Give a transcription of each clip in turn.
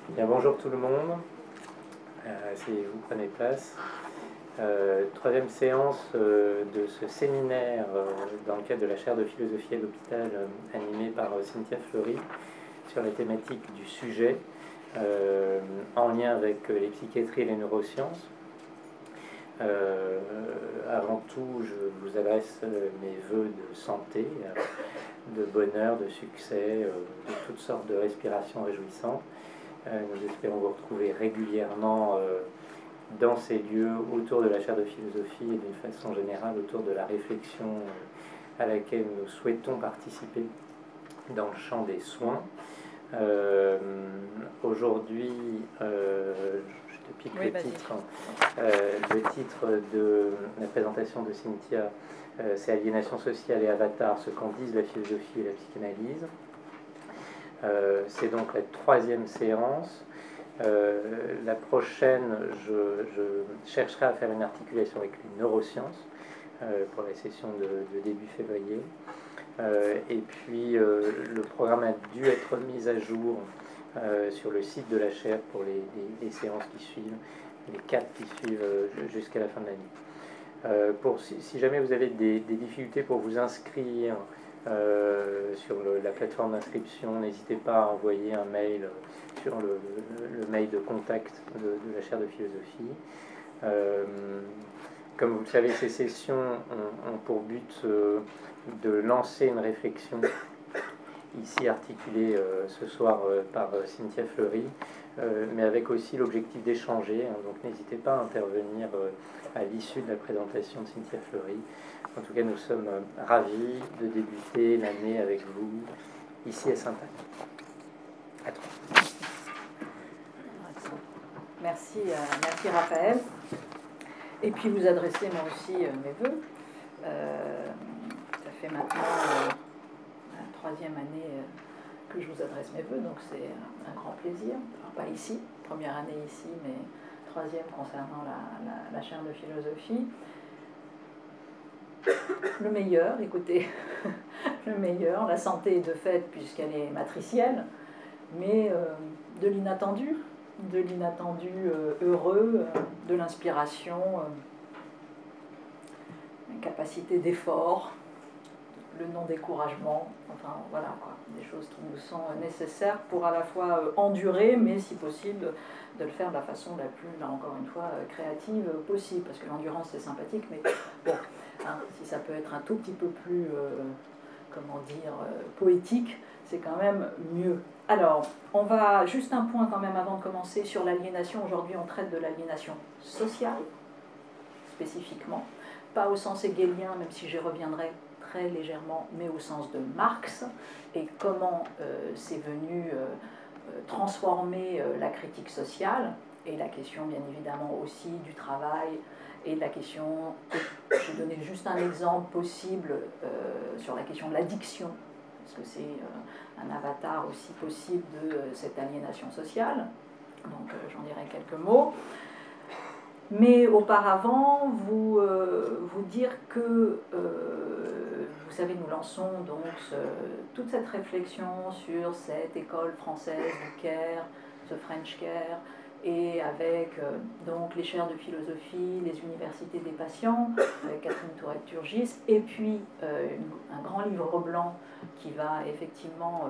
Bien, bonjour tout le monde, asseyez-vous, prenez place. Troisième séance de ce séminaire dans le cadre de la chaire de philosophie à l'hôpital animée par Cynthia Fleury sur la thématique du sujet en lien avec les psychiatries et les neurosciences. Avant tout, je vous adresse mes voeux de santé, de bonheur, de succès, de toutes sortes de respirations réjouissantes. Nous espérons vous retrouver régulièrement dans ces lieux autour de la chaire de philosophie et d'une façon générale autour de la réflexion à laquelle nous souhaitons participer dans le champ des soins. Aujourd'hui, je te pique le titre. Le titre de la présentation de Cynthia, c'est Aliénation sociale et avatar, ce qu'en disent la philosophie et la psychanalyse. C'est donc la troisième séance. La prochaine, je chercherai à faire une articulation avec les neurosciences pour la session de début février. Et puis, le programme a dû être mis à jour sur le site de la chaire pour les séances qui suivent, les 4 qui suivent jusqu'à la fin de l'année. Si jamais vous avez des difficultés pour vous inscrire sur la plateforme d'inscription, n'hésitez pas à envoyer un mail sur le mail de contact de la chaire de philosophie. Comme vous le savez, ces sessions ont pour but de lancer une réflexion ici articulée ce soir par Cynthia Fleury, mais avec aussi l'objectif d'échanger, donc n'hésitez pas à intervenir à l'issue de la présentation de Cynthia Fleury. En tout cas, nous sommes ravis de débuter l'année avec vous, ici à Sainte-Anne. À toi. Merci Raphaël. Et puis vous adressez moi aussi mes voeux. Ça fait maintenant la 3e année que je vous adresse mes voeux, donc c'est un grand plaisir. Alors, pas ici, première année ici, mais 3e concernant la chaire de philosophie. Le meilleur, écoutez, le meilleur, la santé est de fait puisqu'elle est matricielle, mais de l'inattendu heureux, de l'inspiration, une capacité d'effort, le non-découragement, enfin voilà quoi, des choses qui nous sont nécessaires pour à la fois endurer, mais si possible de le faire de la façon la plus, là encore une fois, créative possible, parce que l'endurance c'est sympathique, mais bon, hein, si ça peut être un tout petit peu plus, poétique, c'est quand même mieux. Alors, on va, juste un point quand même avant de commencer sur l'aliénation. Aujourd'hui, on traite de l'aliénation sociale, spécifiquement. Pas au sens hegelien, même si j'y reviendrai très légèrement, mais au sens de Marx, et comment c'est venu transformer la critique sociale, et la question, bien évidemment, aussi du travail, et la question, je vais donner juste un exemple possible sur la question de l'addiction, parce que c'est un avatar aussi possible de cette aliénation sociale. Donc j'en dirai quelques mots. Mais auparavant, vous dire que, vous savez, nous lançons donc toute cette réflexion sur cette école française du Caire, ce French Care, et avec donc les chaires de philosophie, les universités des patients, avec Catherine Tourette-Turgis, et puis un grand livre blanc qui va effectivement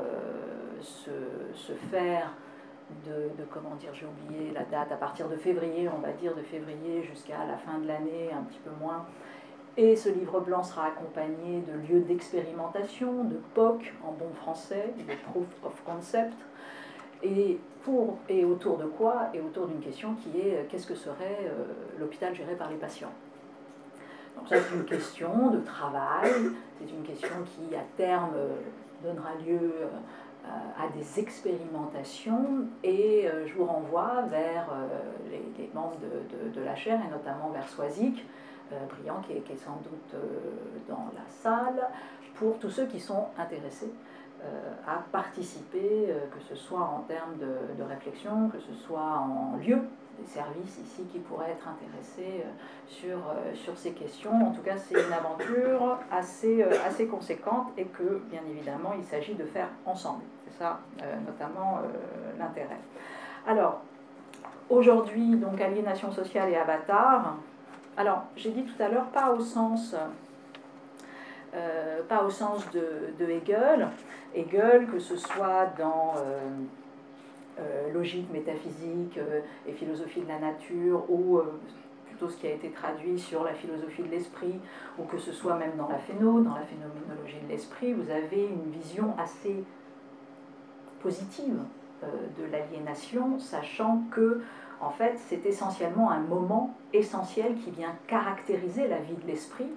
se faire de comment dire, j'ai oublié la date, à partir de février, on va dire de février jusqu'à la fin de l'année, un petit peu moins. Et ce livre blanc sera accompagné de lieux d'expérimentation, de POC en bon français, de Proof of Concept, et autour de quoi? Et autour d'une question qui est qu'est-ce que serait l'hôpital géré par les patients? Donc ça, c'est une question de travail, c'est une question qui à terme donnera lieu à des expérimentations, et je vous renvoie vers les membres de la chaire, et notamment vers Soisic, Briand, qui est sans doute dans la salle, pour tous ceux qui sont intéressés à participer, que ce soit en termes de réflexion, que ce soit en lieu, des services ici qui pourraient être intéressés sur ces questions. En tout cas, c'est une aventure assez conséquente, et que, bien évidemment, il s'agit de faire ensemble. C'est ça, notamment, l'intérêt. Alors, aujourd'hui, donc aliénation sociale et avatar. Alors, j'ai dit tout à l'heure, pas au sens de Hegel. Hegel, que ce soit dans logique, métaphysique et philosophie de la nature, ou plutôt ce qui a été traduit sur la philosophie de l'esprit, ou que ce soit même dans la phénoménologie de l'esprit, vous avez une vision assez positive de l'aliénation, sachant que en fait, c'est essentiellement un moment essentiel qui vient caractériser la vie de l'esprit,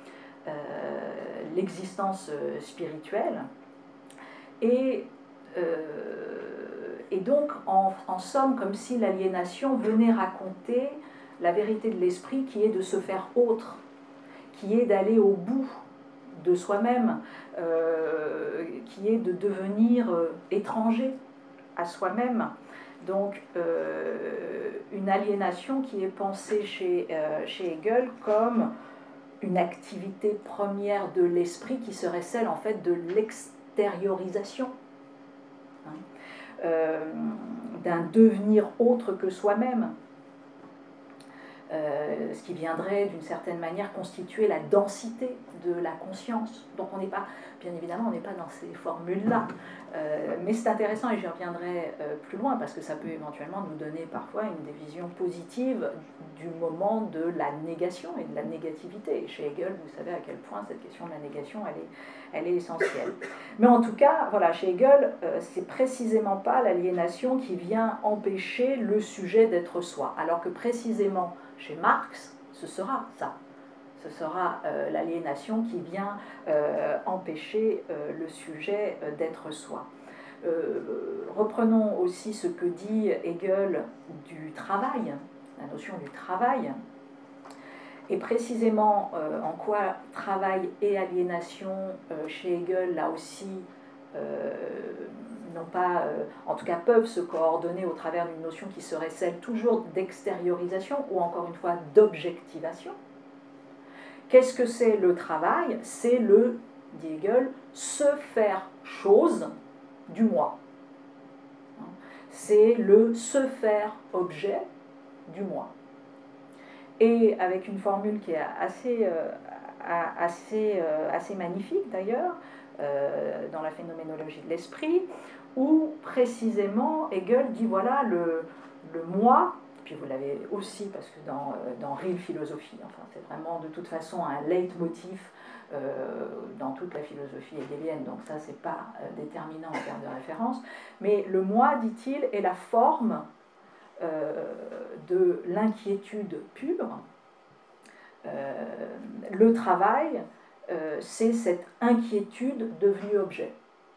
l'existence spirituelle, et donc, en somme, comme si l'aliénation venait raconter la vérité de l'esprit qui est de se faire autre, qui est d'aller au bout de soi-même, qui est de devenir étranger à soi-même. Donc, une aliénation qui est pensée chez Hegel comme une activité première de l'esprit qui serait celle en fait de l'extériorisation. D'un devenir autre que soi-même, ce qui viendrait d'une certaine manière constituer la densité de la conscience. Donc on n'est pas, bien évidemment, on n'est pas dans ces formules-là, mais c'est intéressant et j'y reviendrai plus loin parce que ça peut éventuellement nous donner parfois une des visions positives du moment de la négation et de la négativité. Et chez Hegel, vous savez à quel point cette question de la négation, elle est essentielle. Mais en tout cas, voilà, chez Hegel, c'est précisément pas l'aliénation qui vient empêcher le sujet d'être soi, alors que précisément chez Marx, ce sera ça. Ce sera l'aliénation qui vient empêcher le sujet d'être soi. Reprenons aussi ce que dit Hegel du travail, la notion du travail, et précisément en quoi travail et aliénation chez Hegel, là aussi, non pas, en tout cas peuvent se coordonner au travers d'une notion qui serait celle toujours d'extériorisation ou encore une fois d'objectivation. Qu'est-ce que c'est le travail? C'est le, dit Hegel, se faire chose du moi. C'est le se faire objet du moi. Et avec une formule qui est assez magnifique d'ailleurs, dans la phénoménologie de l'esprit, où précisément Hegel dit voilà le moi, puis vous l'avez aussi parce que dans Real Philosophie, enfin c'est vraiment de toute façon un leitmotiv dans toute la philosophie hegelienne, donc ça c'est pas déterminant en termes de référence, mais le moi, dit-il, est la forme de l'inquiétude pure. Le travail, c'est cette inquiétude devenue objet.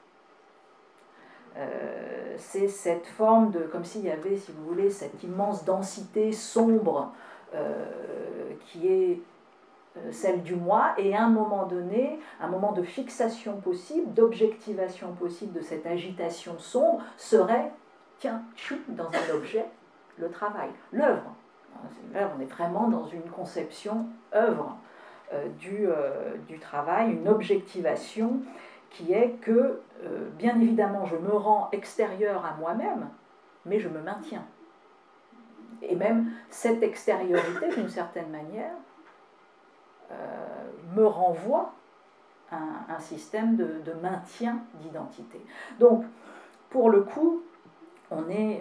C'est cette forme de, comme s'il y avait, si vous voulez, cette immense densité sombre qui est celle du moi, et à un moment donné, un moment de fixation possible, d'objectivation possible de cette agitation sombre serait, tiens, dans un objet, le travail, l'œuvre. Là, on est vraiment dans une conception œuvre du travail, une objectivation qui est que, bien évidemment, je me rends extérieur à moi-même, mais je me maintiens. Et même cette extériorité, d'une certaine manière, me renvoie à un système de maintien d'identité. Donc, pour le coup, on est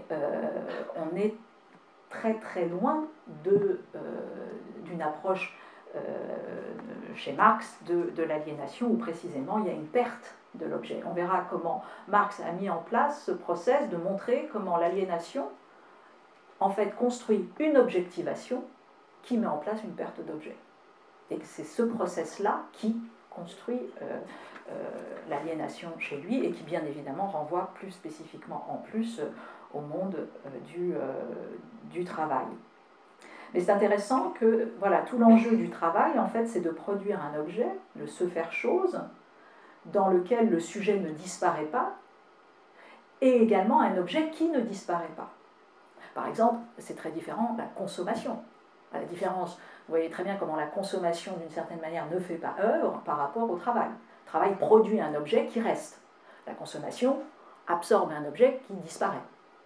très très loin d'une approche chez Marx de l'aliénation, où précisément il y a une perte de l'objet. On verra comment Marx a mis en place ce process de montrer comment l'aliénation en fait construit une objectivation qui met en place une perte d'objet. Et c'est ce process-là qui construit l'aliénation chez lui et qui bien évidemment renvoie plus spécifiquement en plus au monde du travail. Mais c'est intéressant que voilà, tout l'enjeu du travail, en fait, c'est de produire un objet, de se faire chose, dans lequel le sujet ne disparaît pas, et également un objet qui ne disparaît pas. Par exemple, c'est très différent la consommation. La différence, vous voyez très bien comment la consommation, d'une certaine manière, ne fait pas œuvre par rapport au travail. Le travail produit un objet qui reste. La consommation absorbe un objet qui disparaît.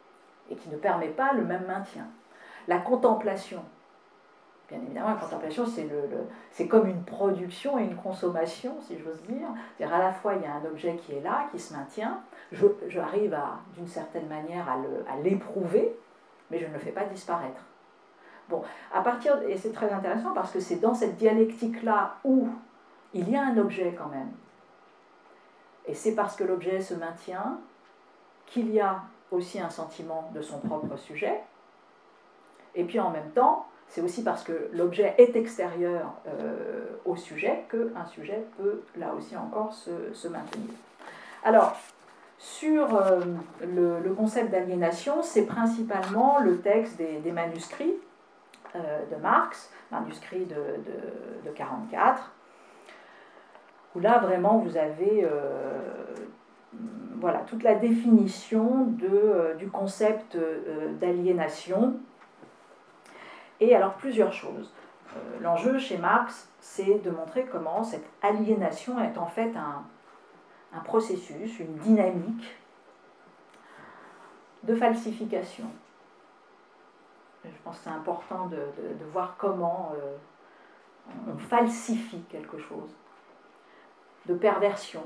et qui ne permet pas le même maintien. La contemplation, bien évidemment, la contemplation, c'est comme une production et une consommation, si j'ose dire. C'est-à-dire, à la fois, il y a un objet qui est là, qui se maintient, j'arrive d'une certaine manière à l'éprouver, mais je ne le fais pas disparaître. Bon, et c'est très intéressant parce que c'est dans cette dialectique-là où il y a un objet quand même. Et c'est parce que l'objet se maintient qu'il y a aussi un sentiment de son propre sujet. Et puis en même temps, c'est aussi parce que l'objet est extérieur au sujet qu'un sujet peut là aussi encore se maintenir. Alors, sur le concept d'aliénation, c'est principalement le texte des manuscrits de Marx, manuscrits de 1944, où là vraiment vous avez voilà, toute la définition du concept d'aliénation. Et alors plusieurs choses. L'enjeu chez Marx, c'est de montrer comment cette aliénation est en fait un processus, une dynamique de falsification. Je pense que c'est important de voir comment on falsifie quelque chose, de perversion.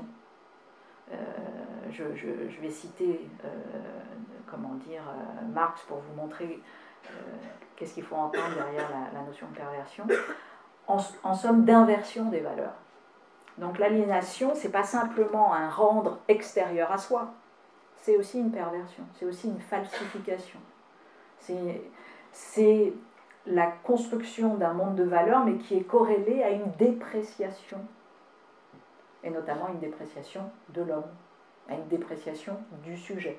Je vais citer Marx pour vous montrer qu'est-ce qu'il faut entendre derrière la notion de perversion. En somme, d'inversion des valeurs. Donc l'aliénation, ce n'est pas simplement un rendre extérieur à soi, c'est aussi une perversion, c'est aussi une falsification. C'est la construction d'un monde de valeurs, mais qui est corrélée à une dépréciation, et notamment une dépréciation de l'homme, à une dépréciation du sujet.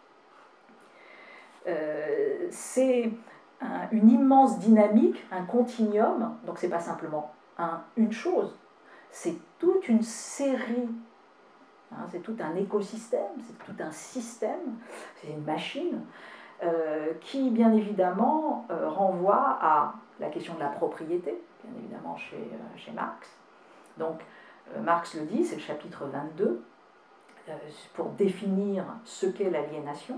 C'est une immense dynamique, un continuum, donc ce n'est pas simplement une chose, c'est toute une série, c'est tout un écosystème, c'est tout un système, c'est une machine qui, bien évidemment, renvoie à la question de la propriété, bien évidemment chez Marx. Donc, Marx le dit, c'est le chapitre 22, pour définir ce qu'est l'aliénation.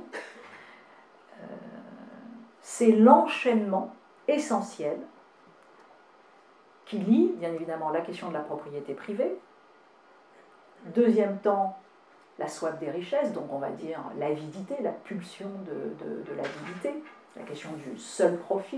C'est l'enchaînement essentiel qui lie, bien évidemment, la question de la propriété privée. Deuxième temps, la soif des richesses, donc on va dire l'avidité, la pulsion de l'avidité, la question du seul profit.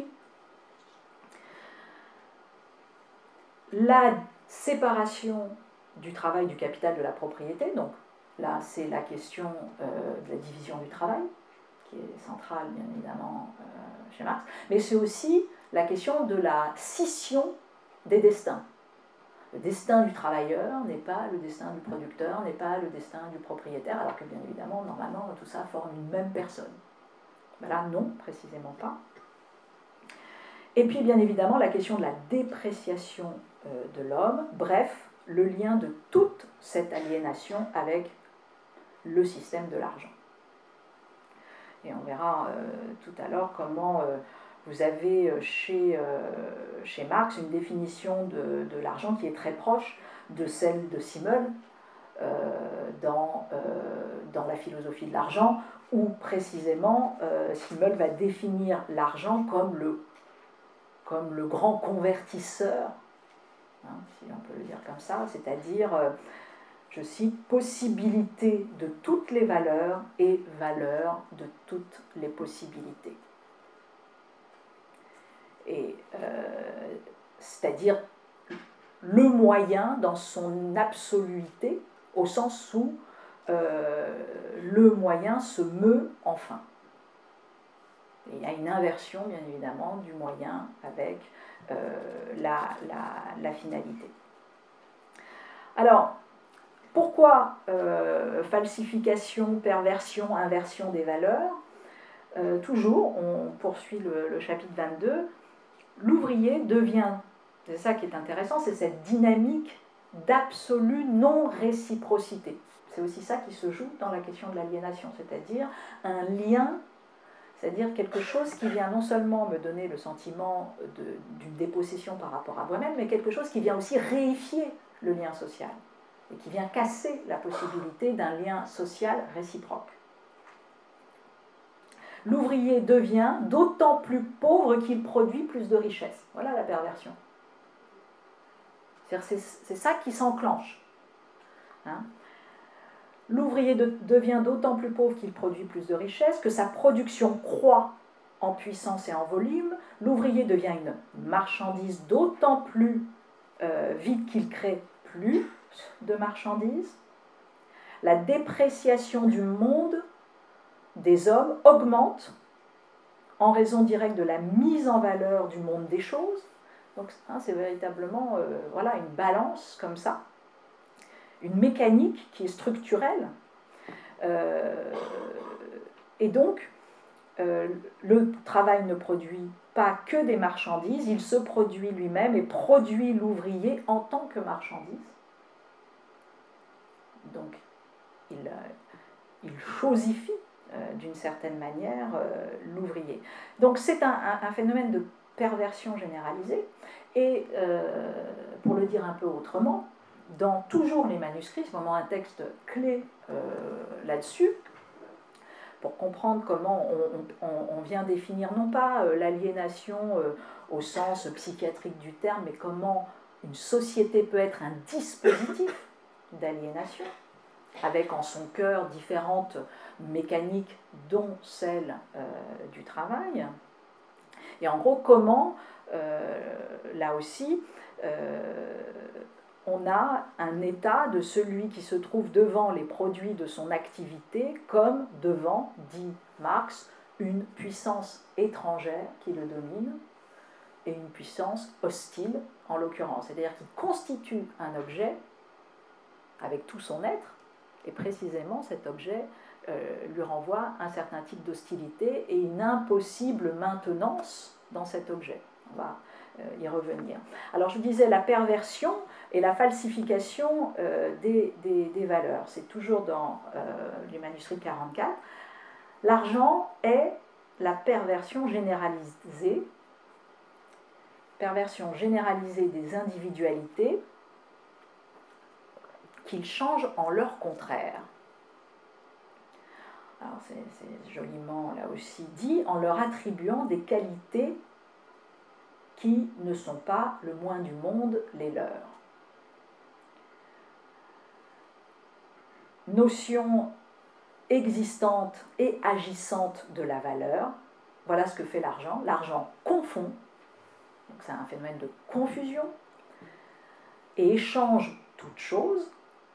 La séparation du travail, du capital, de la propriété, donc là c'est la question de la division du travail, qui est centrale bien évidemment chez Marx, mais c'est aussi la question de la scission des destins. Le destin du travailleur n'est pas le destin du producteur, n'est pas le destin du propriétaire, alors que bien évidemment, normalement, tout ça forme une même personne. Ben là, non, précisément pas. Et puis, bien évidemment, la question de la dépréciation de l'homme, bref, le lien de toute cette aliénation avec le système de l'argent. Et on verra tout à l'heure comment vous avez chez Marx une définition de l'argent qui est très proche de celle de Simmel dans la philosophie de l'argent, où précisément Simmel va définir l'argent comme le grand convertisseur, si on peut le dire comme ça, c'est-à-dire, je cite, possibilité de toutes les valeurs et valeur de toutes les possibilités. Et c'est-à-dire le moyen dans son absoluité, au sens où le moyen se meut enfin. Et il y a une inversion, bien évidemment, du moyen avec la finalité. Alors, pourquoi falsification, perversion, inversion des valeurs ? Toujours, on poursuit le chapitre 22, l'ouvrier devient, c'est ça qui est intéressant, c'est cette dynamique d'absolue non-réciprocité. C'est aussi ça qui se joue dans la question de l'aliénation, c'est-à-dire un lien, c'est-à-dire quelque chose qui vient non seulement me donner le sentiment d'une dépossession par rapport à moi-même, mais quelque chose qui vient aussi réifier le lien social et qui vient casser la possibilité d'un lien social réciproque. L'ouvrier devient d'autant plus pauvre qu'il produit plus de richesse. Voilà la perversion. C'est ça qui s'enclenche. Hein? L'ouvrier devient d'autant plus pauvre qu'il produit plus de richesse, que sa production croît en puissance et en volume. L'ouvrier devient une marchandise d'autant plus vite qu'il crée plus de marchandises. La dépréciation du monde des hommes augmente en raison directe de la mise en valeur du monde des choses. Donc c'est véritablement voilà, une balance comme ça, une mécanique qui est structurelle. Et donc, le travail ne produit pas que des marchandises, il se produit lui-même et produit l'ouvrier en tant que marchandise. Donc, il chosifie d'une certaine manière l'ouvrier. Donc, c'est un phénomène de perversion généralisée. Et pour le dire un peu autrement, dans toujours les manuscrits, c'est vraiment un texte clé là-dessus, pour comprendre comment on vient définir non pas l'aliénation au sens psychiatrique du terme, mais comment une société peut être un dispositif d'aliénation, avec en son cœur différentes mécaniques, dont celle du travail. Et en gros, comment, là aussi, on a un état de celui qui se trouve devant les produits de son activité comme devant, dit Marx, une puissance étrangère qui le domine et une puissance hostile en l'occurrence. C'est-à-dire qu'il constitue un objet avec tout son être et précisément cet objet lui renvoie un certain type d'hostilité et une impossible maintenance dans cet objet. On va y revenir. Alors je disais la perversion et la falsification des valeurs. C'est toujours dans les manuscrits 44. L'argent est la perversion généralisée des individualités qu'ils changent en leur contraire. Alors c'est joliment là aussi dit, en leur attribuant des qualités qui ne sont pas le moins du monde les leurs. Notion existante et agissante de la valeur, voilà ce que fait l'argent. L'argent confond, donc c'est un phénomène de confusion, et échange toute chose.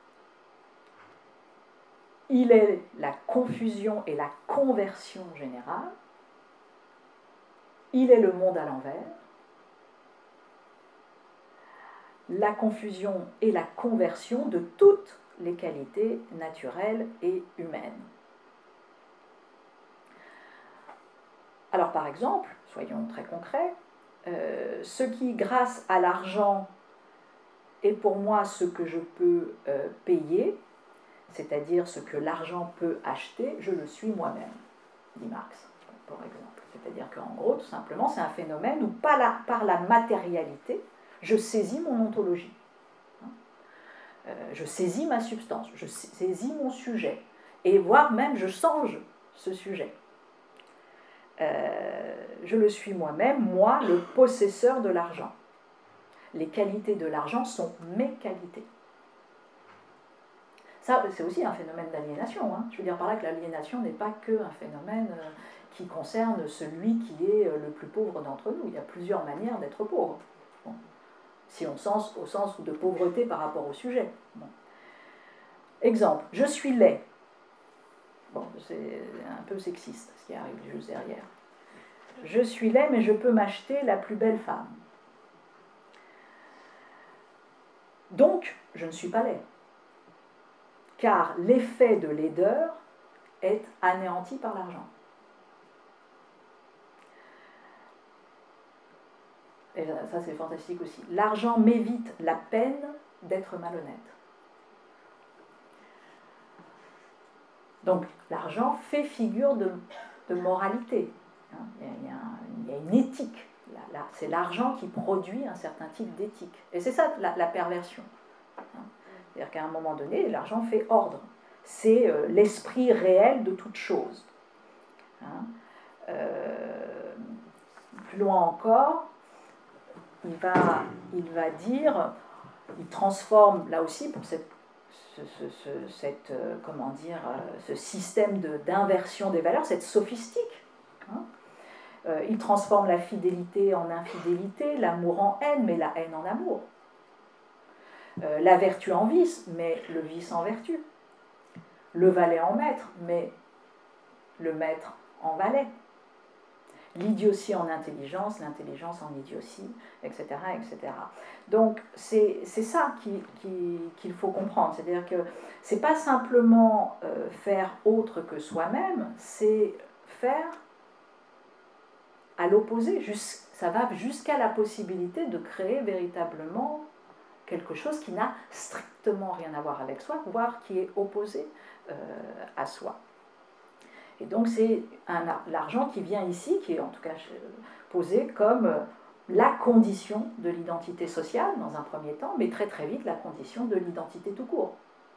Il est la confusion et la conversion générale. Il est le monde à l'envers. La confusion et la conversion de toutes les qualités naturelles et humaines. Alors par exemple, soyons très concrets, ce qui, grâce à l'argent, est pour moi ce que je peux payer, c'est-à-dire ce que l'argent peut acheter, je le suis moi-même, dit Marx, par exemple. C'est-à-dire qu'en gros, tout simplement, c'est un phénomène où par la matérialité, je saisis mon ontologie. Je saisis ma substance, je saisis mon sujet, et voire même je change ce sujet. Je le suis moi-même, moi, le possesseur de l'argent. Les qualités de l'argent sont mes qualités. Ça, c'est aussi un phénomène d'aliénation. Hein. Je veux dire par là que l'aliénation n'est pas qu'un phénomène qui concerne celui qui est le plus pauvre d'entre nous. Il y a plusieurs manières d'être pauvre. Bon. Si au sens de pauvreté par rapport au sujet. Bon. Exemple, je suis laid. Bon, c'est un peu sexiste ce qui arrive juste derrière. Je suis laid, mais je peux m'acheter la plus belle femme. Donc, je ne suis pas laid. Car l'effet de laideur est anéanti par l'argent. Et ça, c'est fantastique aussi. L'argent m'évite la peine d'être malhonnête. Donc, l'argent fait figure de moralité. Il y a une éthique. C'est l'argent qui produit un certain type d'éthique. Et c'est ça la perversion. C'est-à-dire qu'à un moment donné, l'argent fait ordre. C'est l'esprit réel de toute chose. Plus loin encore, il va dire, il transforme là aussi pour ce système d'inversion des valeurs, cette sophistique. Hein. Il transforme la fidélité en infidélité, l'amour en haine, mais la haine en amour. La vertu en vice, mais le vice en vertu. Le valet en maître, mais le maître en valet. L'idiotie en intelligence, l'intelligence en idiotie, etc. etc. Donc c'est ça qu'il faut comprendre. C'est-à-dire que ce n'est pas simplement faire autre que soi-même, c'est faire à l'opposé. Ça va jusqu'à la possibilité de créer véritablement quelque chose qui n'a strictement rien à voir avec soi, voire qui est opposé à soi. Et donc c'est l'argent qui vient ici, qui est en tout cas posé comme la condition de l'identité sociale dans un premier temps, mais très très vite la condition de l'identité tout court.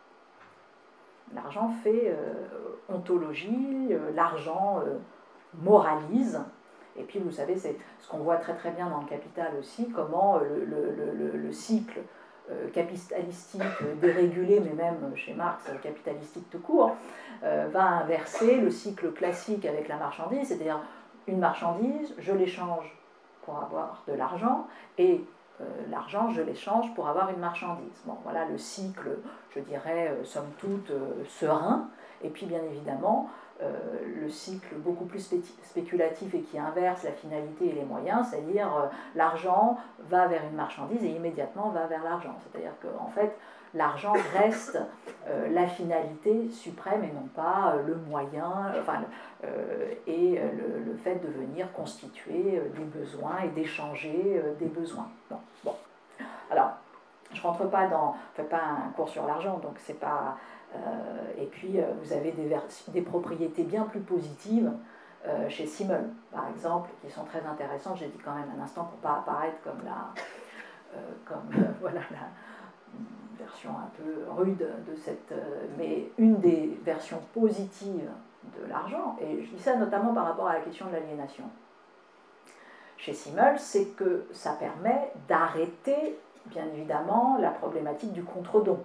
L'argent fait ontologie, l'argent moralise, et puis vous savez, c'est ce qu'on voit très très bien dans le Capital aussi, comment le cycle capitalistique dérégulé, mais même chez Marx, capitalistique tout court, va inverser le cycle classique avec la marchandise, c'est-à-dire une marchandise, je l'échange pour avoir de l'argent, et l'argent, je l'échange pour avoir une marchandise. Bon, voilà le cycle, je dirais, somme toute, serein, et puis bien évidemment, le cycle beaucoup plus spéculatif et qui inverse la finalité et les moyens, c'est-à-dire l'argent va vers une marchandise et immédiatement va vers l'argent. C'est-à-dire qu'en fait, l'argent reste la finalité suprême et non pas le moyen, et le fait de venir constituer des besoins et d'échanger des besoins. Bon. Alors, je ne rentre pas dans, je ne fais pas un cours sur l'argent, donc c'est pas... et puis, vous avez des propriétés bien plus positives chez Simmel, par exemple, qui sont très intéressantes. J'ai dit quand même un instant pour ne pas apparaître comme voilà, la version un peu rude de cette... mais une des versions positives de l'argent, et je dis ça notamment par rapport à la question de l'aliénation. Chez Simmel, c'est que ça permet d'arrêter, bien évidemment, la problématique du contre-don.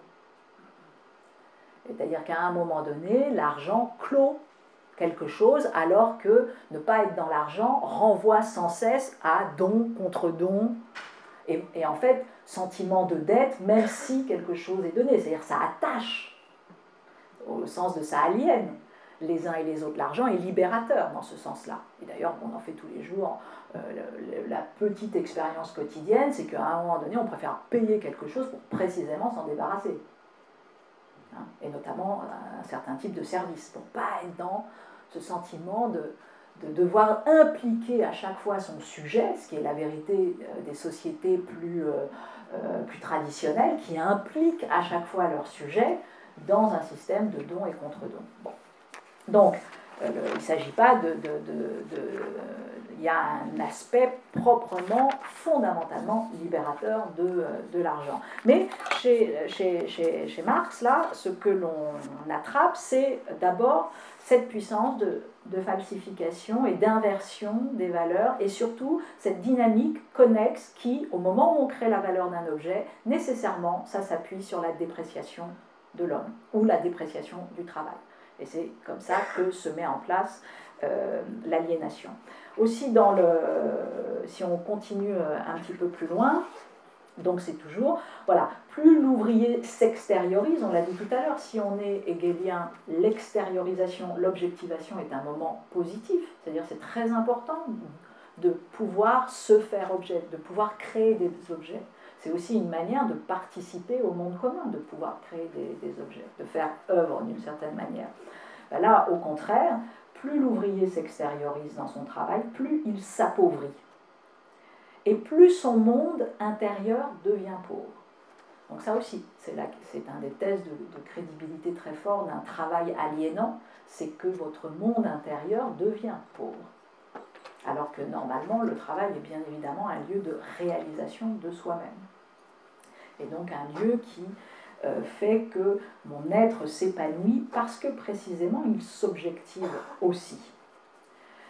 C'est-à-dire qu'à un moment donné, l'argent clôt quelque chose, alors que ne pas être dans l'argent renvoie sans cesse à don contre don, et en fait, sentiment de dette, même si quelque chose est donné. C'est-à-dire que ça attache, au sens de ça aliène les uns et les autres. L'argent est libérateur dans ce sens-là. Et d'ailleurs, on en fait tous les jours. La petite expérience quotidienne, c'est qu'à un moment donné, on préfère payer quelque chose pour précisément s'en débarrasser. Hein, et notamment un certain type de service, pour ne pas être dans ce sentiment de devoir impliquer à chaque fois son sujet, ce qui est la vérité des sociétés plus traditionnelles, qui impliquent à chaque fois leur sujet dans un système de don et contre-don. Bon. Donc, il ne s'agit pas il y a un aspect proprement, fondamentalement libérateur de l'argent. Mais chez Marx, là, ce que l'on attrape, c'est d'abord cette puissance de falsification et d'inversion des valeurs, et surtout cette dynamique connexe qui, au moment où on crée la valeur d'un objet, nécessairement, ça s'appuie sur la dépréciation de l'homme, ou la dépréciation du travail. Et c'est comme ça que se met en place l'aliénation. Aussi, si on continue un petit peu plus loin, donc c'est toujours, voilà, plus l'ouvrier s'extériorise, on l'a dit tout à l'heure, si on est hegelien, l'extériorisation, l'objectivation est un moment positif, c'est-à-dire c'est très important de pouvoir se faire objet, de pouvoir créer des objets. C'est aussi une manière de participer au monde commun, de pouvoir créer des objets, de faire œuvre d'une certaine manière. Là, au contraire, plus l'ouvrier s'extériorise dans son travail, plus il s'appauvrit. Et plus son monde intérieur devient pauvre. Donc ça aussi, c'est un des thèses de crédibilité très fort d'un travail aliénant, c'est que votre monde intérieur devient pauvre. Alors que normalement, le travail est bien évidemment un lieu de réalisation de soi-même. Et donc un lieu qui fait que mon être s'épanouit parce que précisément il s'objective aussi.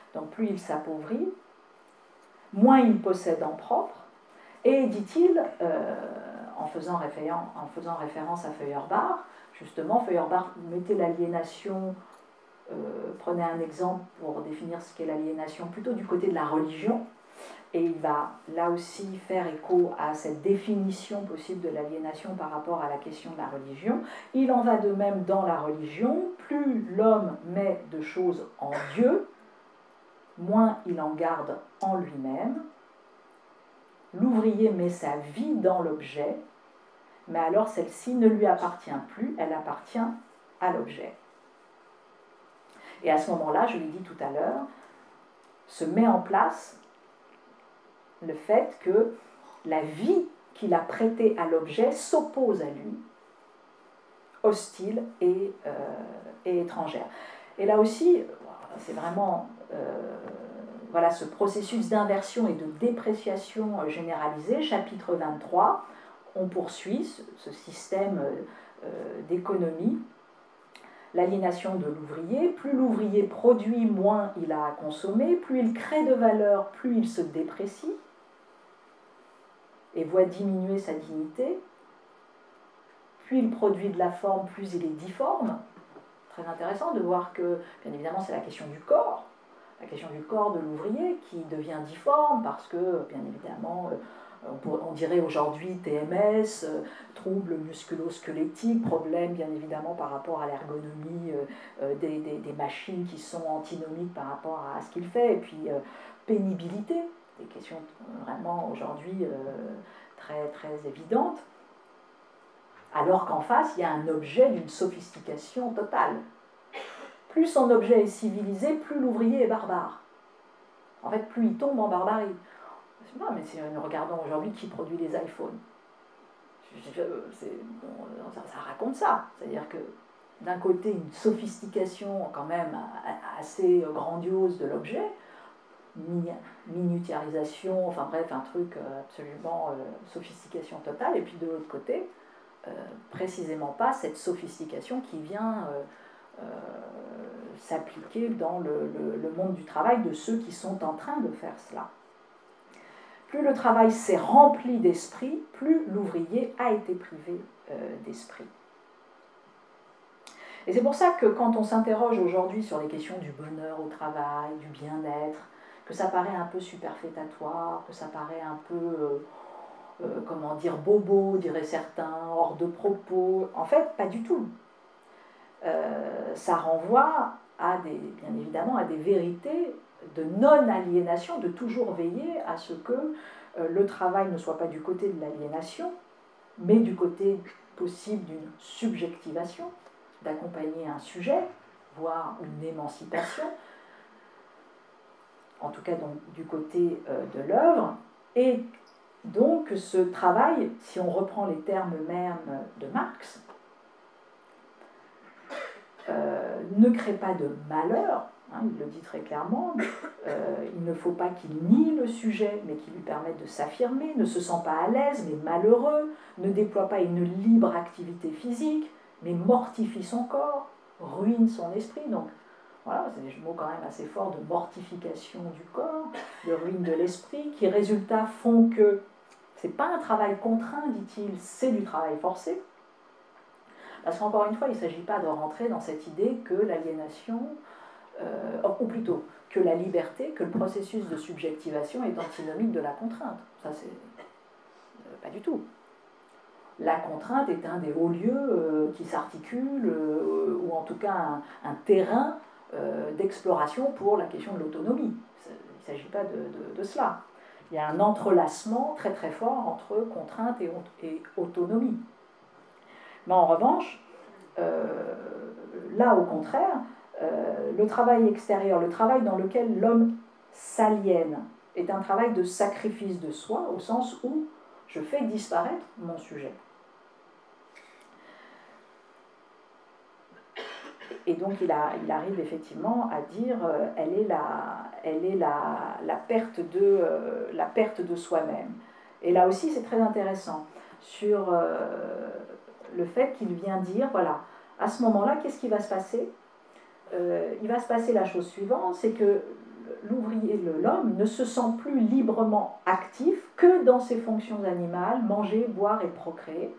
Donc plus il s'appauvrit, moins il possède en propre, et dit-il, en faisant référence à Feuerbach, justement, Feuerbach mettait l'aliénation, prenait un exemple pour définir ce qu'est l'aliénation, plutôt du côté de la religion, et il va là aussi faire écho à cette définition possible de l'aliénation par rapport à la question de la religion. Il en va de même dans la religion, plus l'homme met de choses en Dieu, moins il en garde en lui-même. L'ouvrier met sa vie dans l'objet, mais alors celle-ci ne lui appartient plus, elle appartient à l'objet. Et à ce moment-là, je l'ai dit tout à l'heure, se met en place le fait que la vie qu'il a prêtée à l'objet s'oppose à lui, hostile et étrangère. Et là aussi, c'est vraiment voilà, ce processus d'inversion et de dépréciation généralisée, chapitre 23, on poursuit ce système d'économie, l'aliénation de l'ouvrier. Plus l'ouvrier produit, moins il a à consommer, plus il crée de valeur, plus il se déprécie et voit diminuer sa dignité. Plus il produit de la forme, plus il est difforme. Très intéressant de voir que, bien évidemment, c'est la question du corps de l'ouvrier qui devient difforme parce que, bien évidemment, on dirait aujourd'hui TMS, troubles musculo-squelettiques, problèmes bien évidemment par rapport à l'ergonomie des machines qui sont antinomiques par rapport à ce qu'il fait, et puis pénibilité, des questions vraiment aujourd'hui très, très évidentes, alors qu'en face, il y a un objet d'une sophistication totale. Plus son objet est civilisé, plus l'ouvrier est barbare. En fait, plus il tombe en barbarie. Non, mais si nous regardons aujourd'hui qui produit les iPhones, ça raconte ça. C'est-à-dire que d'un côté, une sophistication quand même assez grandiose de l'objet, miniaturisation, enfin bref, un truc absolument sophistication totale, et puis de l'autre côté, précisément pas cette sophistication qui vient s'appliquer dans le monde du travail de ceux qui sont en train de faire cela. Plus le travail s'est rempli d'esprit, plus l'ouvrier a été privé d'esprit. Et c'est pour ça que quand on s'interroge aujourd'hui sur les questions du bonheur au travail, du bien-être, que ça paraît un peu superfétatoire, que ça paraît un peu, comment dire, bobo, diraient certains, hors de propos, en fait, pas du tout. Ça renvoie bien évidemment à des vérités de non-aliénation, de toujours veiller à ce que le travail ne soit pas du côté de l'aliénation, mais du côté possible d'une subjectivation, d'accompagner un sujet, voire une émancipation, en tout cas donc, du côté de l'œuvre, et donc ce travail, si on reprend les termes mêmes de Marx, ne crée pas de malheur, hein, il le dit très clairement, il ne faut pas qu'il nie le sujet, mais qu'il lui permette de s'affirmer, ne se sent pas à l'aise, mais malheureux, ne déploie pas une libre activité physique, mais mortifie son corps, ruine son esprit. Donc voilà, c'est des mots quand même assez forts de mortification du corps, de ruine de l'esprit, qui résultats font que c'est pas un travail contraint, dit-il, c'est du travail forcé. Parce qu'encore une fois, il ne s'agit pas de rentrer dans cette idée que l'aliénation, ou plutôt que la liberté, que le processus de subjectivation est antinomique de la contrainte. Ça, c'est pas du tout. La contrainte est un des hauts lieux qui s'articulent, ou en tout cas un terrain d'exploration pour la question de l'autonomie. Il ne s'agit pas de cela. Il y a un entrelacement très très fort entre contrainte et autonomie. Mais en revanche, là au contraire, le travail extérieur, le travail dans lequel l'homme s'aliène, est un travail de sacrifice de soi, au sens où je fais disparaître mon sujet. Et donc il arrive effectivement à dire elle est la perte de soi-même. Et là aussi c'est très intéressant sur le fait qu'il vient dire, voilà, à ce moment-là, qu'est-ce qui va se passer ? Il va se passer la chose suivante, c'est que l'homme ne se sent plus librement actif que dans ses fonctions animales, manger, boire et procréer.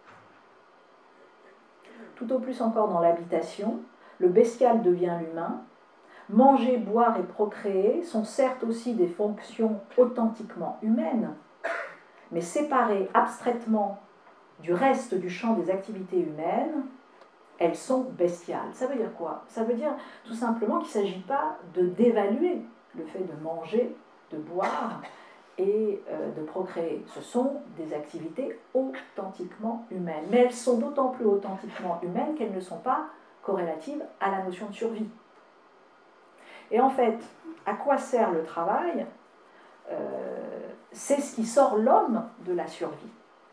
Tout au plus encore dans l'habitation, le bestial devient l'humain. Manger, boire et procréer sont certes aussi des fonctions authentiquement humaines, mais séparées abstraitement du reste du champ des activités humaines, elles sont bestiales. Ça veut dire quoi? Ça veut dire tout simplement qu'il ne s'agit pas de dévaluer le fait de manger, de boire et de procréer. Ce sont des activités authentiquement humaines. Mais elles sont d'autant plus authentiquement humaines qu'elles ne sont pas corrélatives à la notion de survie. Et en fait, à quoi sert le travail? C'est ce qui sort l'homme de la survie.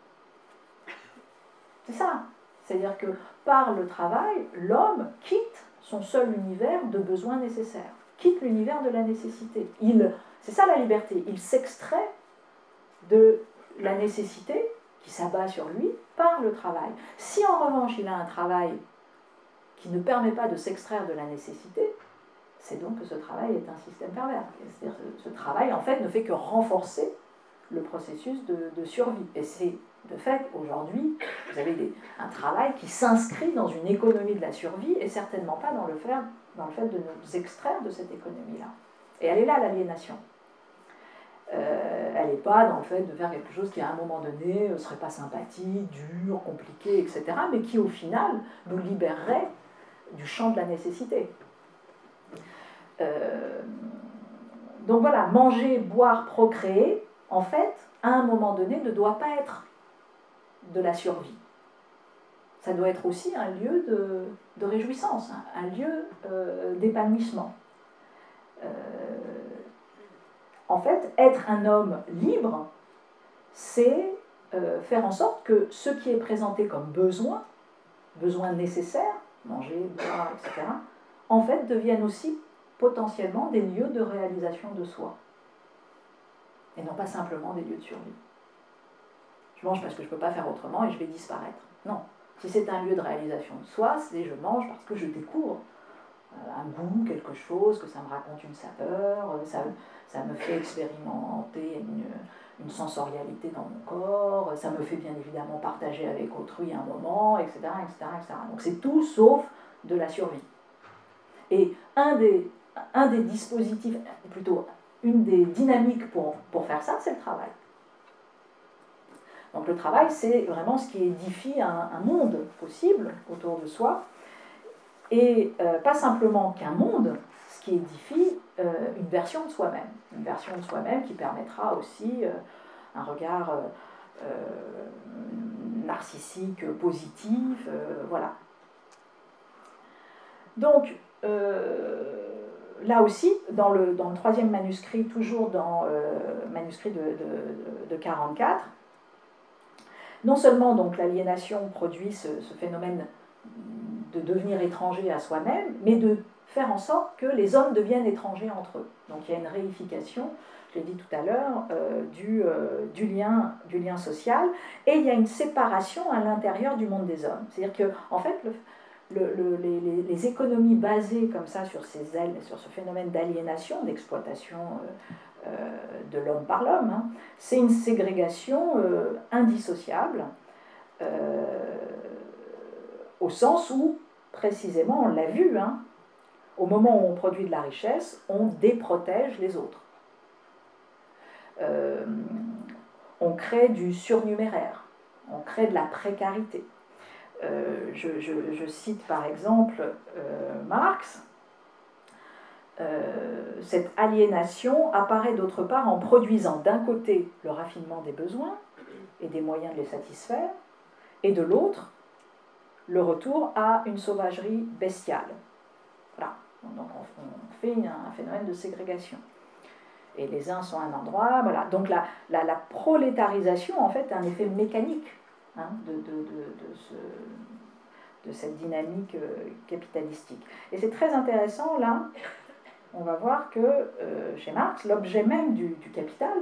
C'est ça. C'est-à-dire que par le travail, l'homme quitte son seul univers de besoins nécessaires, quitte l'univers de la nécessité. C'est ça la liberté. Il s'extrait de la nécessité qui s'abat sur lui par le travail. Si en revanche il a un travail qui ne permet pas de s'extraire de la nécessité, c'est donc que ce travail est un système pervers. C'est-à-dire que ce travail, en fait, ne fait que renforcer le processus de survie. Et c'est, de fait, aujourd'hui, vous avez un travail qui s'inscrit dans une économie de la survie et certainement pas dans le fait de nous extraire de cette économie-là. Et elle est là, l'aliénation. Elle n'est pas dans le fait de faire quelque chose qui, à un moment donné, ne serait pas sympathique, dur, compliqué, etc., mais qui, au final, nous libérerait du champ de la nécessité. Donc voilà, manger, boire, procréer, en fait, à un moment donné, ne doit pas être de la survie. Ça doit être aussi un lieu de réjouissance, un lieu d'épanouissement. En fait, être un homme libre, c'est faire en sorte que ce qui est présenté comme besoin nécessaire, manger, boire, etc., en fait, deviennent aussi potentiellement des lieux de réalisation de soi. Et non pas simplement des lieux de survie. Je mange parce que je ne peux pas faire autrement et je vais disparaître. Non. Si c'est un lieu de réalisation de soi, c'est je mange parce que je découvre un goût, quelque chose, que ça me raconte une saveur, ça me fait expérimenter une sensorialité dans mon corps, ça me fait bien évidemment partager avec autrui un moment, etc., etc., etc. Donc c'est tout sauf de la survie. Et un des dispositifs, plutôt une des dynamiques pour faire ça, c'est le travail. Donc le travail, c'est vraiment ce qui édifie un monde possible autour de soi, et pas simplement qu'un monde, ce qui édifie une version de soi-même qui permettra aussi un regard narcissique, positif, voilà. Donc, là aussi, dans le troisième manuscrit, toujours dans le manuscrit de 1944, non seulement donc l'aliénation produit ce phénomène de devenir étranger à soi-même, mais de faire en sorte que les hommes deviennent étrangers entre eux. Donc il y a une réification, je l'ai dit tout à l'heure, du lien social, et il y a une séparation à l'intérieur du monde des hommes. C'est-à-dire qu'en fait, les économies basées comme ça sur ce phénomène d'aliénation, d'exploitation de l'homme par l'homme, hein, c'est une ségrégation indissociable, au sens où, précisément, on l'a vu, hein, au moment où on produit de la richesse, on déprotège les autres. On crée du surnuméraire, on crée de la précarité. Je cite par exemple Marx. Cette aliénation apparaît d'autre part en produisant d'un côté le raffinement des besoins et des moyens de les satisfaire, et de l'autre le retour à une sauvagerie bestiale. Voilà. Donc on fait un phénomène de ségrégation. Et les uns sont à un endroit, voilà. Donc la prolétarisation, en fait, est un effet mécanique, hein, de cette dynamique capitalistique. Et c'est très intéressant, là, on va voir que chez Marx, l'objet même du capital,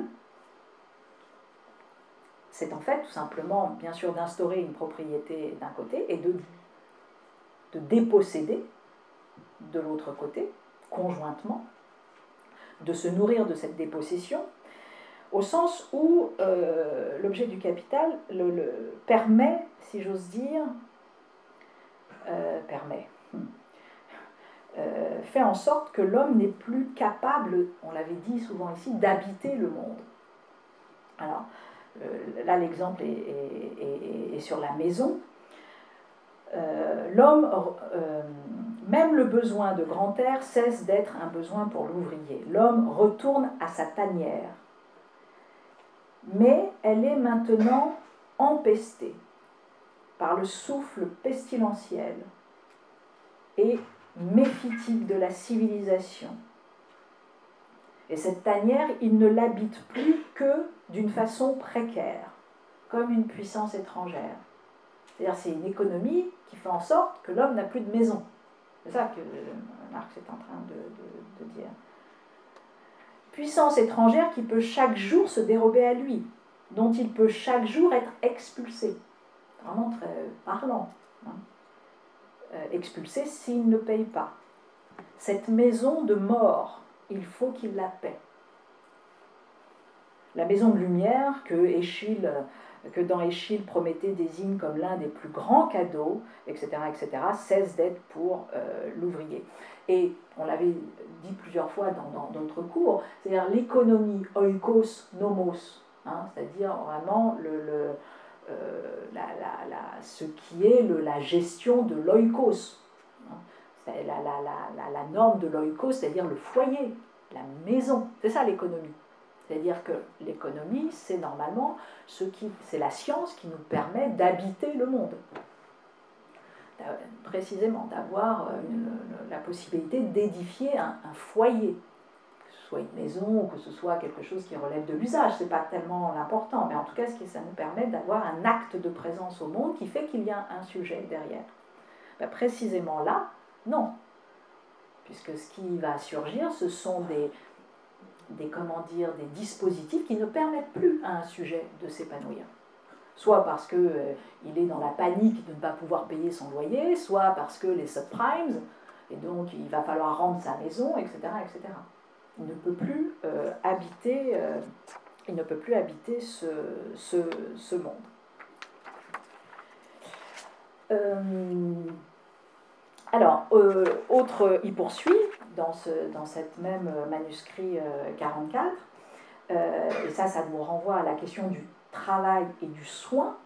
c'est en fait tout simplement, bien sûr, d'instaurer une propriété d'un côté et de déposséder de l'autre côté, conjointement, de se nourrir de cette dépossession, au sens où l'objet du capital permet, si j'ose dire, fait en sorte que l'homme n'est plus capable, on l'avait dit souvent ici, d'habiter le monde. Alors, là l'exemple est sur la maison. L'homme, même le besoin de grand air cesse d'être un besoin pour l'ouvrier. L'homme retourne à sa tanière. Mais elle est maintenant empestée par le souffle pestilentiel et méphitique de la civilisation. Et cette tanière, il ne l'habite plus que d'une façon précaire, comme une puissance étrangère. C'est-à-dire c'est une économie qui fait en sorte que l'homme n'a plus de maison. C'est ça que Marx est en train de dire. Puissance étrangère qui peut chaque jour se dérober à lui, dont il peut chaque jour être expulsé. Vraiment très parlant. Expulsé s'il ne paye pas. Cette maison de mort, il faut qu'il la paie. La maison de lumière que dans Échille Prométhée désigne comme l'un des plus grands cadeaux, etc., cesse d'être pour l'ouvrier. Et on l'avait dit plusieurs fois dans d'autres cours, c'est-à-dire l'économie oikos nomos, c'est-à-dire vraiment ce qui est la gestion de l'oikos. C'est la norme de l'oikos, c'est-à-dire le foyer, la maison. C'est ça l'économie. C'est-à-dire que l'économie, c'est normalement c'est la science qui nous permet d'habiter le monde. Précisément, d'avoir la possibilité d'édifier un foyer, que ce soit une maison ou que ce soit quelque chose qui relève de l'usage, c'est pas tellement l'important, mais en tout cas, ça nous permet d'avoir un acte de présence au monde qui fait qu'il y a un sujet derrière. Précisément là, non. Puisque ce qui va surgir, ce sont des dispositifs qui ne permettent plus à un sujet de s'épanouir. Soit parce qu'il est dans la panique de ne pas pouvoir payer son loyer, soit parce que les subprimes, et donc il va falloir rendre sa maison, etc. Il ne peut plus habiter ce monde. Alors, il poursuit dans cette même manuscrit 44, et ça nous renvoie à la question du travail et du soin.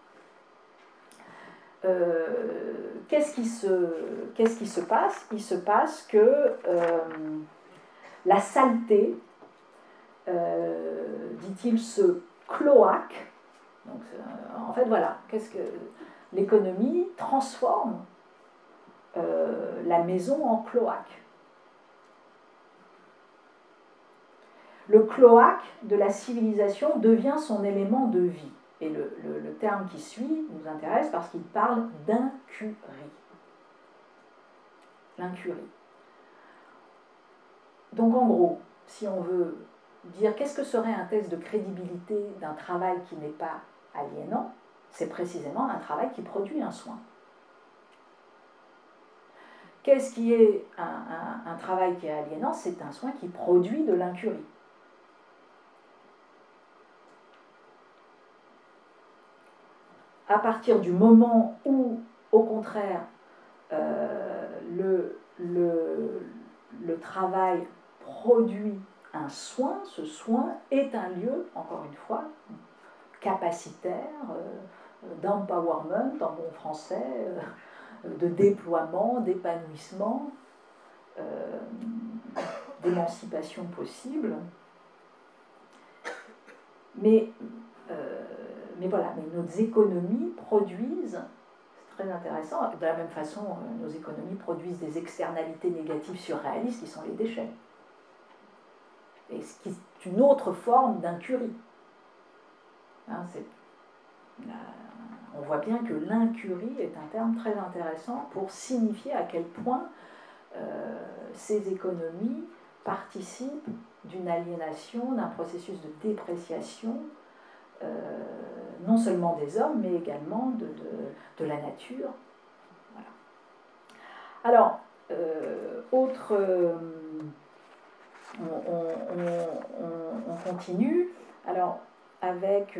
Qu'est-ce qui se passe ? Il se passe que la saleté, dit-il, se cloaque. Donc, en fait, voilà, l'économie transforme la maison en cloaque. Le cloaque de la civilisation devient son élément de vie. Et le terme qui suit nous intéresse parce qu'il parle d'incurie. L'incurie. Donc en gros, si on veut dire qu'est-ce que serait un test de crédibilité d'un travail qui n'est pas aliénant, c'est précisément un travail qui produit un soin. Qu'est-ce qui est un travail qui est aliénant ? C'est un soin qui produit de l'incurie. À partir du moment où, au contraire, le travail produit un soin, ce soin est un lieu, encore une fois, capacitaire, d'empowerment en bon français, de déploiement, d'épanouissement, d'émancipation possible. Mais voilà, mais nos économies produisent, c'est très intéressant, de la même façon, nos économies produisent des externalités négatives surréalistes qui sont les déchets. Et ce qui est une autre forme d'incurie. On voit bien que l'incurie est un terme très intéressant pour signifier à quel point ces économies participent d'une aliénation, d'un processus de dépréciation, non seulement des hommes, mais également de la nature. Voilà. Alors, on continue. Alors, avec,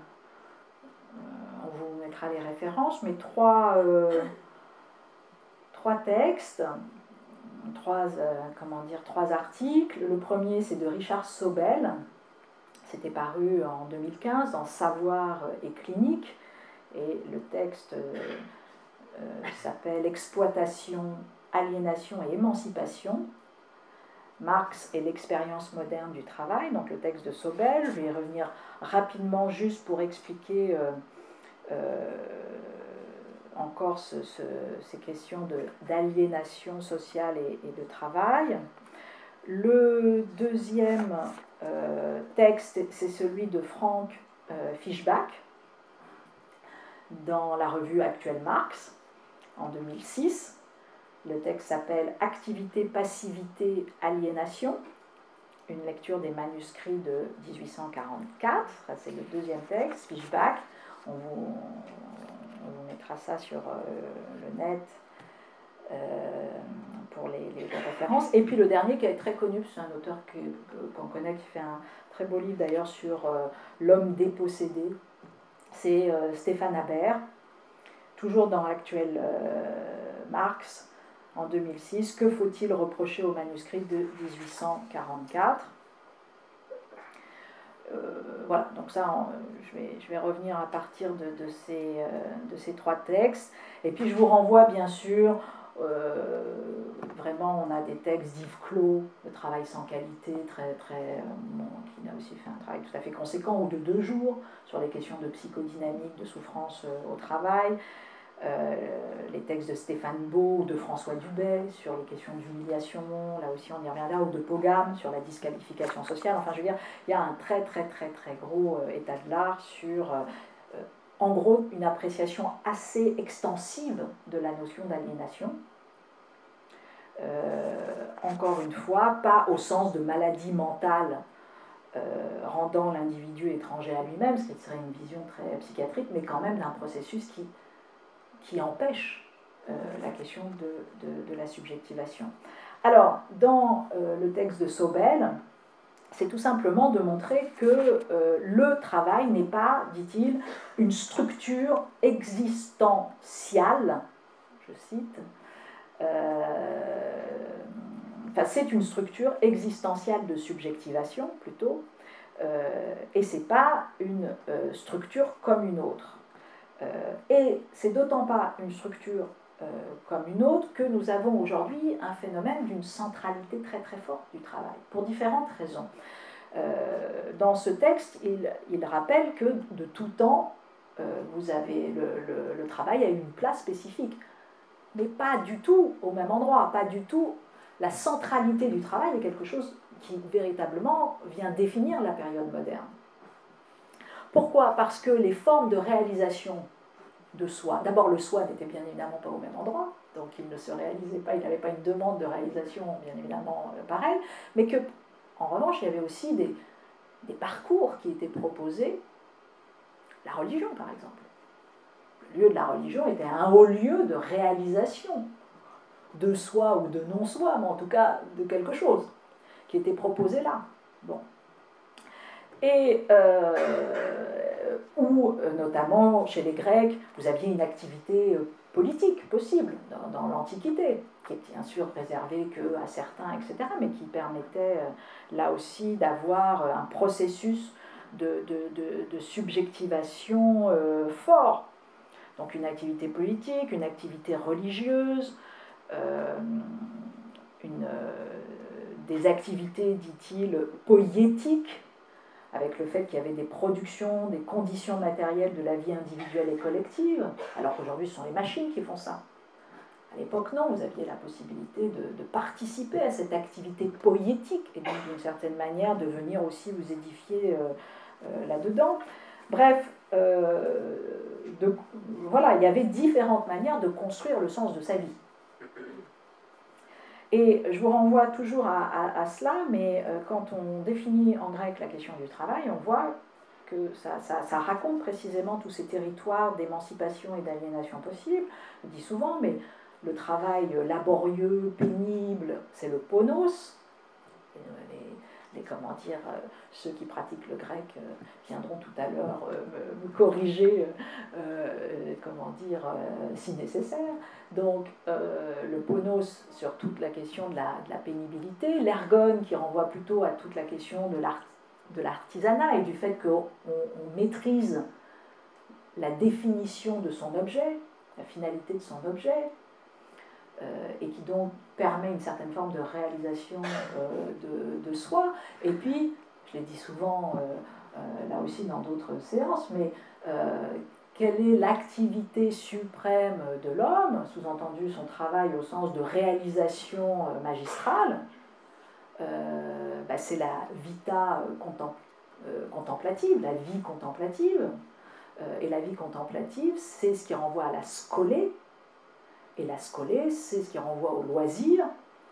on vous mettra les références, mais trois textes, trois articles. Le premier, c'est de Richard Sobel. C'était paru en 2015 dans Savoir et clinique. Et le texte s'appelle Exploitation, aliénation et émancipation. Marx et l'expérience moderne du travail, donc le texte de Sobel. Je vais y revenir rapidement juste pour expliquer encore ces questions d'aliénation sociale et de travail. Le deuxième texte, c'est celui de Frank Fischbach, dans la revue Actuelle Marx, en 2006. Le texte s'appelle Activité, passivité, aliénation, une lecture des manuscrits de 1844. C'est le deuxième texte, Fischbach. On vous mettra ça sur le net pour les références. Et puis le dernier qui est très connu, c'est un auteur qu'on connaît, qui fait un très beau livre d'ailleurs sur l'homme dépossédé, c'est Stéphane Habert, toujours dans Actuel Marx, en 2006. Que faut-il reprocher au manuscrit de 1844 ? Voilà, donc ça, je vais revenir à partir de ces trois textes. Et puis je vous renvoie bien sûr, vraiment, on a des textes d'Yves Clos, Le travail sans qualité, qui a aussi fait un travail tout à fait conséquent, ou de 2 jours, sur les questions de psychodynamique, de souffrance au travail. Les textes de Stéphane Beau ou de François Dubay sur les questions d'humiliation, là aussi on y reviendra, ou de Pogam sur la disqualification sociale. Enfin, je veux dire, il y a un très gros état de l'art sur, en gros, une appréciation assez extensive de la notion d'aliénation. Encore une fois, pas au sens de maladie mentale rendant l'individu étranger à lui-même, ce qui serait une vision très psychiatrique, mais quand même d'un processus qui empêche la question de la subjectivation. Alors, dans le texte de Sobel, c'est tout simplement de montrer que le travail n'est pas, dit-il, une structure existentielle, je cite, c'est une structure existentielle de subjectivation, plutôt, et c'est pas une structure comme une autre. Et c'est d'autant pas une structure comme une autre que nous avons aujourd'hui un phénomène d'une centralité très forte du travail, pour différentes raisons. Dans ce texte, il rappelle que de tout temps, vous avez le travail a une place spécifique, mais pas du tout au même endroit, pas du tout. La centralité du travail est quelque chose qui véritablement vient définir la période moderne. Pourquoi ? Parce que les formes de réalisation de soi, d'abord le soi n'était bien évidemment pas au même endroit, donc il ne se réalisait pas, il n'avait pas une demande de réalisation bien évidemment pareille, mais que, en revanche, il y avait aussi des parcours qui étaient proposés, la religion par exemple. Le lieu de la religion était un haut lieu de réalisation de soi ou de non-soi, mais en tout cas de quelque chose qui était proposé là. Bon. Et où, notamment chez les Grecs, vous aviez une activité politique possible dans l'Antiquité, qui est bien sûr réservée qu'à certains, etc., mais qui permettait là aussi d'avoir un processus de subjectivation fort. Donc une activité politique, une activité religieuse, des activités, dit-il, poïétiques, avec le fait qu'il y avait des productions, des conditions matérielles de la vie individuelle et collective, alors qu'aujourd'hui ce sont les machines qui font ça. À l'époque, non, vous aviez la possibilité de participer à cette activité poïétique, et donc d'une certaine manière de venir aussi vous édifier là-dedans. Bref, voilà, il y avait différentes manières de construire le sens de sa vie. Et je vous renvoie toujours à cela, mais quand on définit en grec la question du travail, on voit que ça raconte précisément tous ces territoires d'émancipation et d'aliénation possibles. On dit souvent, mais le travail laborieux, pénible, c'est le ponos. comment dire, ceux qui pratiquent le grec viendront tout à l'heure me corriger, comment dire, si nécessaire. Donc le ponos sur toute la question de la pénibilité, l'ergone qui renvoie plutôt à toute la question de l'artisanat et du fait qu'on maîtrise la définition de son objet, la finalité de son objet, et qui donc permet une certaine forme de réalisation de soi. Et puis, je l'ai dit souvent là aussi dans d'autres séances, mais quelle est l'activité suprême de l'homme, sous-entendu son travail au sens de réalisation magistrale, c'est la vita contemplative, la vie contemplative. Et la vie contemplative, c'est ce qui renvoie à la scolée, et la scolée, c'est ce qui renvoie au loisir,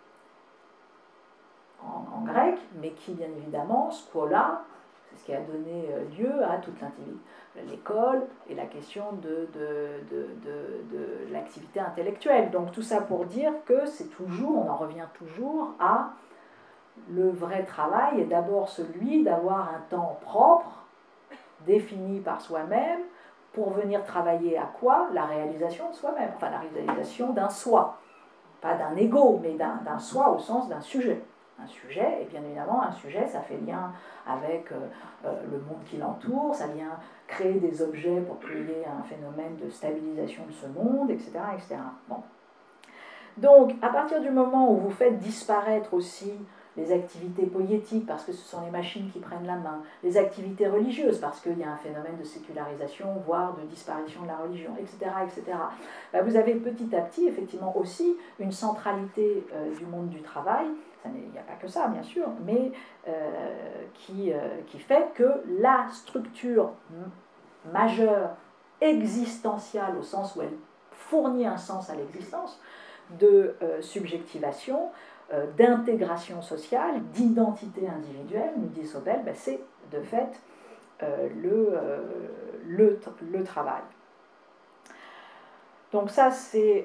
en grec, mais qui, bien évidemment, scola, c'est ce qui a donné lieu à toute l'activité, l'école et la question de l'activité intellectuelle. Donc tout ça pour dire que c'est toujours, on en revient toujours à le vrai travail est d'abord celui d'avoir un temps propre, défini par soi-même, pour venir travailler à quoi? La réalisation de soi-même, enfin la réalisation d'un soi, pas d'un ego, mais d'un soi au sens d'un sujet. Un sujet, et bien évidemment, un sujet, ça fait lien avec le monde qui l'entoure, ça vient créer des objets pour qu'il y ait un phénomène de stabilisation de ce monde, etc. etc. Bon. Donc, à partir du moment où vous faites disparaître aussi les activités poétiques, parce que ce sont les machines qui prennent la main, les activités religieuses, parce qu'il y a un phénomène de sécularisation, voire de disparition de la religion, etc., etc. Vous avez petit à petit, effectivement, aussi une centralité du monde du travail, il n'y a pas que ça, bien sûr, mais qui fait que la structure majeure, existentielle, au sens où elle fournit un sens à l'existence, de subjectivation, d'intégration sociale, d'identité individuelle, nous dit Sobel, c'est de fait le travail. Donc ça, c'est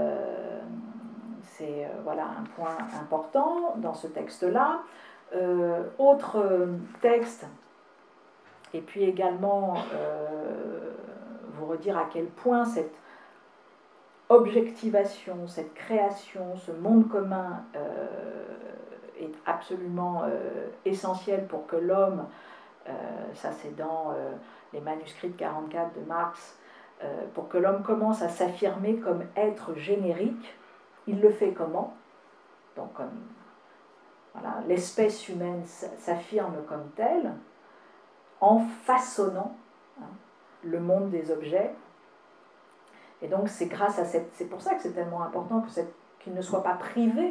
voilà, un point important dans ce texte-là. Autre texte, et puis également vous redire à quel point cette objectivation, cette création, ce monde commun est absolument essentiel pour que l'homme, ça c'est dans les manuscrits de 44 de Marx, pour que l'homme commence à s'affirmer comme être générique. Il le fait comment? Donc comme voilà, l'espèce humaine s'affirme comme telle en façonnant le monde des objets. Et donc c'est grâce à c'est pour ça que c'est tellement important qu'il ne soit pas privé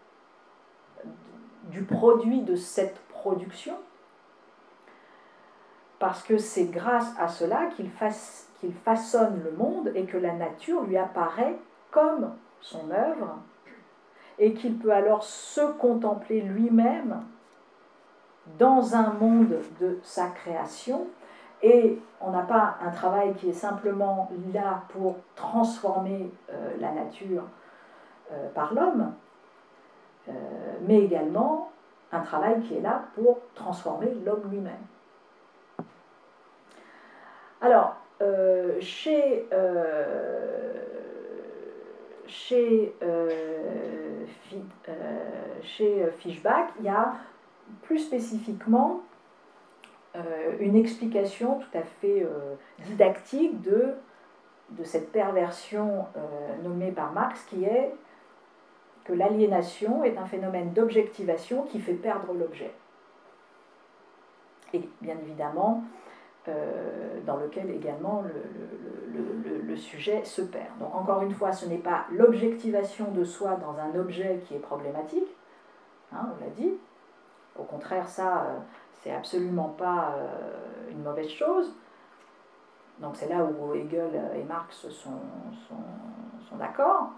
du produit de cette production, parce que c'est grâce à cela qu'il façonne le monde et que la nature lui apparaît comme son œuvre, et qu'il peut alors se contempler lui-même dans un monde de sa création. Et on n'a pas un travail qui est simplement là pour transformer la nature par l'homme, mais également un travail qui est là pour transformer l'homme lui-même. Alors, chez Fischbach, il y a plus spécifiquement une explication tout à fait didactique de cette perversion nommée par Marx, qui est que l'aliénation est un phénomène d'objectivation qui fait perdre l'objet. Et bien évidemment, dans lequel également le sujet se perd. Donc encore une fois, ce n'est pas l'objectivation de soi dans un objet qui est problématique, on l'a dit. Au contraire, ça, c'est absolument pas une mauvaise chose. Donc c'est là où Hegel et Marx sont d'accord.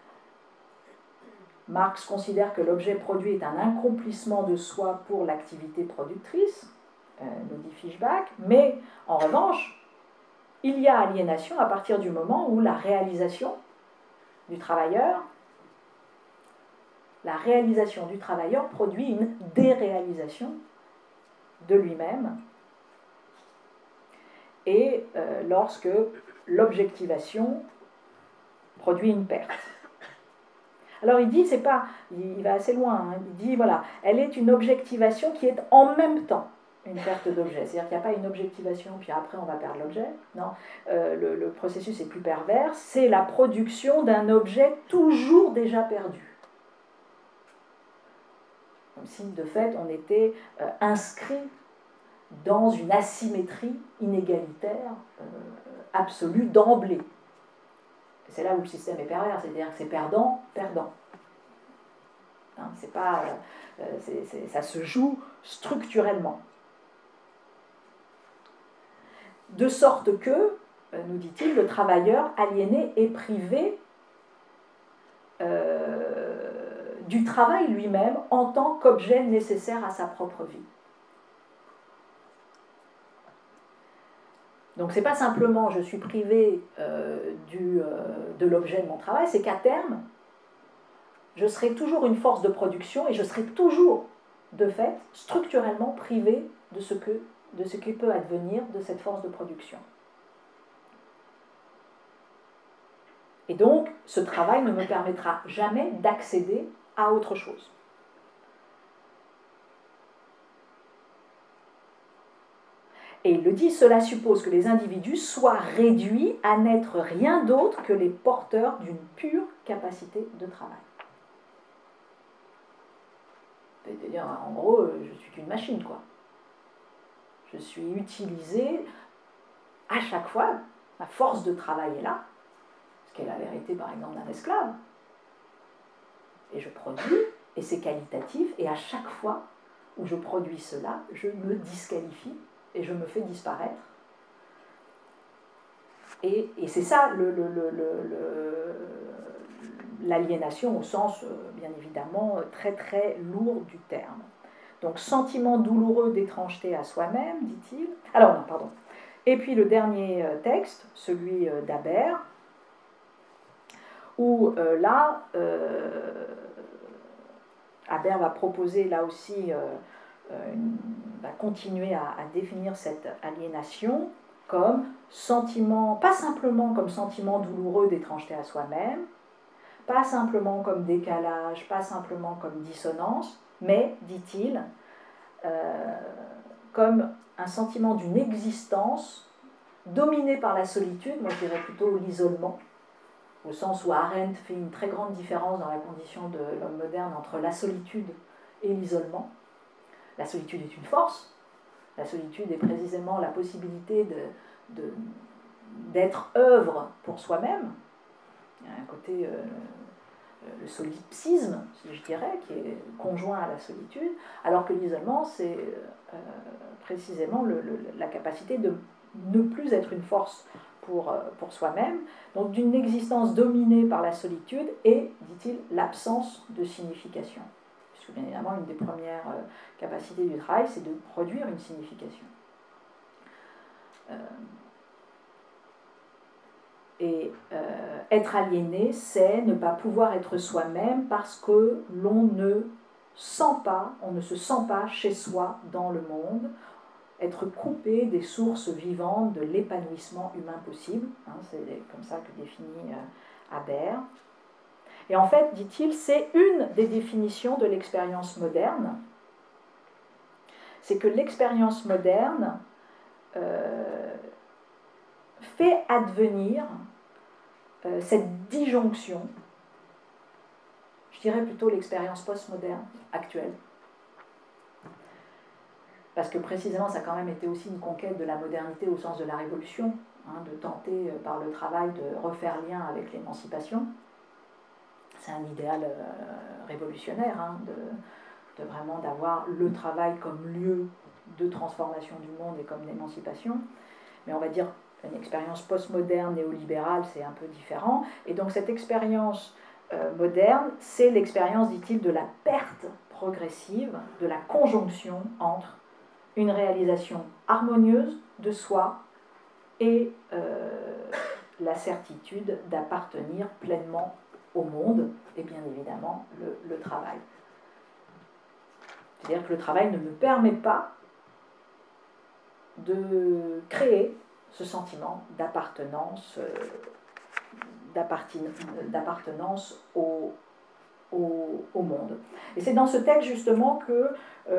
Marx considère que l'objet produit est un accomplissement de soi pour l'activité productrice, nous dit Fischbach, mais en revanche, il y a aliénation à partir du moment où la réalisation du travailleur, la réalisation du travailleur produit une déréalisation de lui-même, et lorsque l'objectivation produit une perte. Alors il dit, c'est pas, il va assez loin, hein, il dit, voilà, elle est une objectivation qui est en même temps une perte d'objet. C'est-à-dire qu'il n'y a pas une objectivation, puis après on va perdre l'objet. Non, le processus est plus pervers, c'est la production d'un objet toujours déjà perdu. Comme si de fait on était inscrit dans une asymétrie inégalitaire absolue d'emblée. C'est là où le système est pervers, c'est-à-dire que c'est perdant, perdant. Hein, c'est pas, ça se joue structurellement. De sorte que, nous dit-il, le travailleur aliéné est privé du travail lui-même en tant qu'objet nécessaire à sa propre vie. Donc c'est pas simplement je suis privé de l'objet de mon travail, c'est qu'à terme, je serai toujours une force de production et je serai toujours, de fait, structurellement privé de ce qui peut advenir de cette force de production. Et donc, ce travail ne me permettra jamais d'accéder à autre chose. Et il le dit, cela suppose que les individus soient réduits à n'être rien d'autre que les porteurs d'une pure capacité de travail. C'est-à-dire, en gros, je suis qu'une machine, quoi. Je suis utilisé à chaque fois, ma force de travail est là, ce qui est la vérité, par exemple, d'un esclave. Et je produis, et c'est qualitatif, et à chaque fois où je produis cela, je me disqualifie et je me fais disparaître. Et c'est ça l'aliénation au sens, bien évidemment, très très lourd du terme. Donc, sentiment douloureux d'étrangeté à soi-même, dit-il. Alors, non, pardon. Et puis le dernier texte, celui d'Habert, où là, Habert va proposer là aussi, va continuer à définir cette aliénation comme sentiment, pas simplement comme sentiment douloureux d'étrangeté à soi-même, pas simplement comme décalage, pas simplement comme dissonance, mais, dit-il, comme un sentiment d'une existence dominée par la solitude, moi je dirais plutôt l'isolement, au sens où Arendt fait une très grande différence dans la condition de l'homme moderne entre la solitude et l'isolement. La solitude est une force, la solitude est précisément la possibilité d'être œuvre pour soi-même. Il y a un côté, le solipsisme, je dirais, qui est conjoint à la solitude, alors que l'isolement, c'est précisément la capacité de ne plus être une force pour soi-même, donc d'une existence dominée par la solitude et, dit-il, l'absence de signification. Puisque bien évidemment, une des premières capacités du travail, c'est de produire une signification. Et être aliéné, c'est ne pas pouvoir être soi-même parce que l'on ne sent pas, on ne se sent pas chez soi dans le monde, être coupé des sources vivantes de l'épanouissement humain possible. Hein, c'est comme ça que définit Habert. Et en fait, dit-il, c'est une des définitions de l'expérience moderne. C'est que l'expérience moderne fait advenir cette disjonction, je dirais plutôt l'expérience postmoderne actuelle. Parce que précisément, ça a quand même été aussi une conquête de la modernité au sens de la révolution, hein, de tenter par le travail de refaire lien avec l'émancipation. C'est un idéal révolutionnaire, hein, de vraiment d'avoir le travail comme lieu de transformation du monde et comme d'émancipation. Mais on va dire une expérience postmoderne, néolibérale, c'est un peu différent. Et donc cette expérience moderne, c'est l'expérience, dit-il, de la perte progressive, de la conjonction entre une réalisation harmonieuse de soi et la certitude d'appartenir pleinement au monde, et bien évidemment le travail. C'est-à-dire que le travail ne me permet pas de créer ce sentiment d'appartenance au monde. Et c'est dans ce texte justement que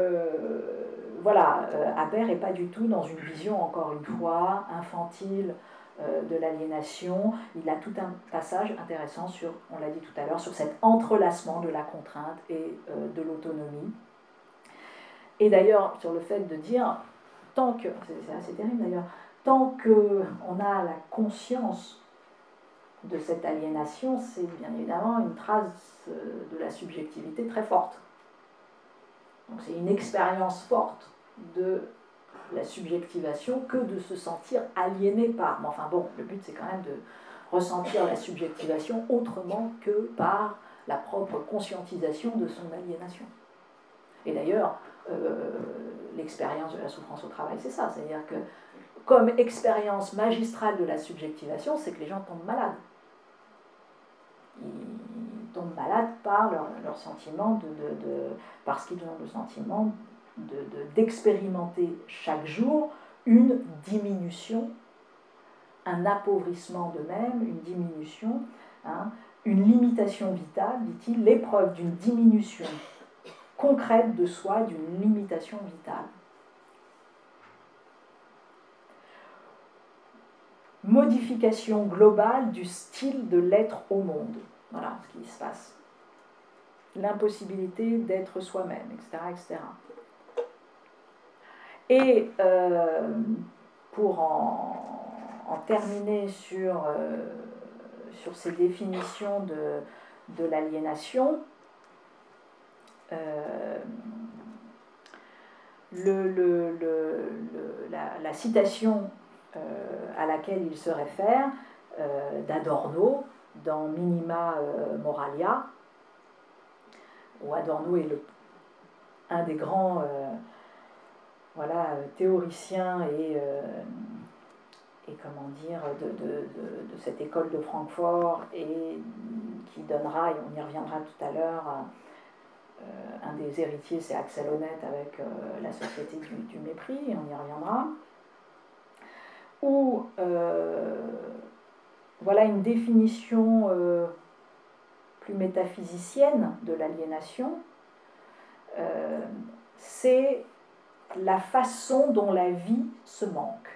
Haber n'est pas du tout dans une vision, encore une fois, infantile de l'aliénation. Il a tout un passage intéressant sur, on l'a dit tout à l'heure, sur cet entrelacement de la contrainte et de l'autonomie. Et d'ailleurs, sur le fait de dire, c'est assez terrible d'ailleurs, tant qu'on a la conscience de cette aliénation, c'est bien évidemment une trace de la subjectivité très forte. Donc c'est une expérience forte de la subjectivation que de se sentir aliéné par. Mais enfin bon, le but c'est quand même de ressentir la subjectivation autrement que par la propre conscientisation de son aliénation. Et d'ailleurs, l'expérience de la souffrance au travail, c'est ça. C'est-à-dire que comme expérience magistrale de la subjectivation, c'est que les gens tombent malades. Ils tombent malades par leur sentiment parce qu'ils ont le sentiment d'expérimenter chaque jour une diminution, un appauvrissement d'eux-mêmes, une diminution, une limitation vitale, dit-il, l'épreuve d'une diminution concrète de soi, d'une limitation vitale. Modification globale du style de l'être au monde. Voilà ce qui se passe. L'impossibilité d'être soi-même, etc., etc. Et pour en terminer sur ces définitions de l'aliénation, la citation à laquelle il se réfère d'Adorno dans Minima Moralia, où Adorno est un des grands théoriciens et comment dire de cette école de Francfort, et qui donnera, et on y reviendra tout à l'heure, un des héritiers c'est Axel Honneth avec la société du mépris, et on y reviendra, où voilà une définition plus métaphysicienne de l'aliénation, c'est la façon dont la vie se manque.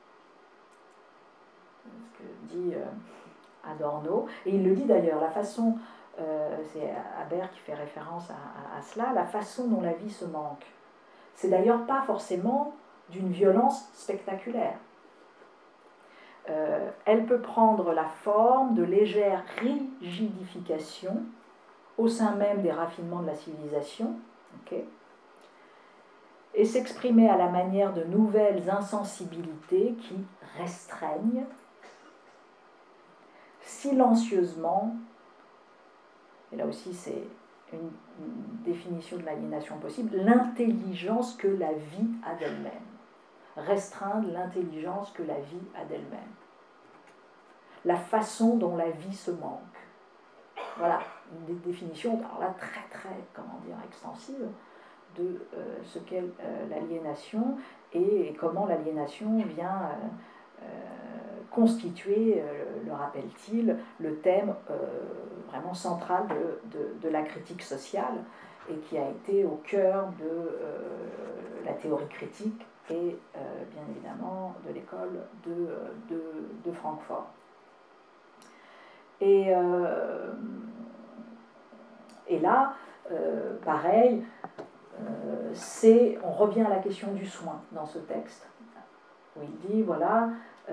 Ce que dit Adorno, et il le dit d'ailleurs, la façon, c'est Haber qui fait référence à cela, la façon dont la vie se manque. C'est d'ailleurs pas forcément d'une violence spectaculaire. Elle peut prendre la forme de légères rigidifications au sein même des raffinements de la civilisation, et s'exprimer à la manière de nouvelles insensibilités qui restreignent silencieusement, et là aussi c'est une définition de l'aliénation possible, l'intelligence que la vie a d'elle-même. Restreindre l'intelligence que la vie a d'elle-même. La façon dont la vie se manque. Voilà, une définition, alors là, très, extensive de ce qu'est l'aliénation et comment l'aliénation vient constituer, le rappelle-t-il, le thème vraiment central de la critique sociale, et qui a été au cœur de la théorie critique et bien évidemment de l'école de Francfort. Et là, pareil, on revient à la question du soin dans ce texte, où il dit, voilà,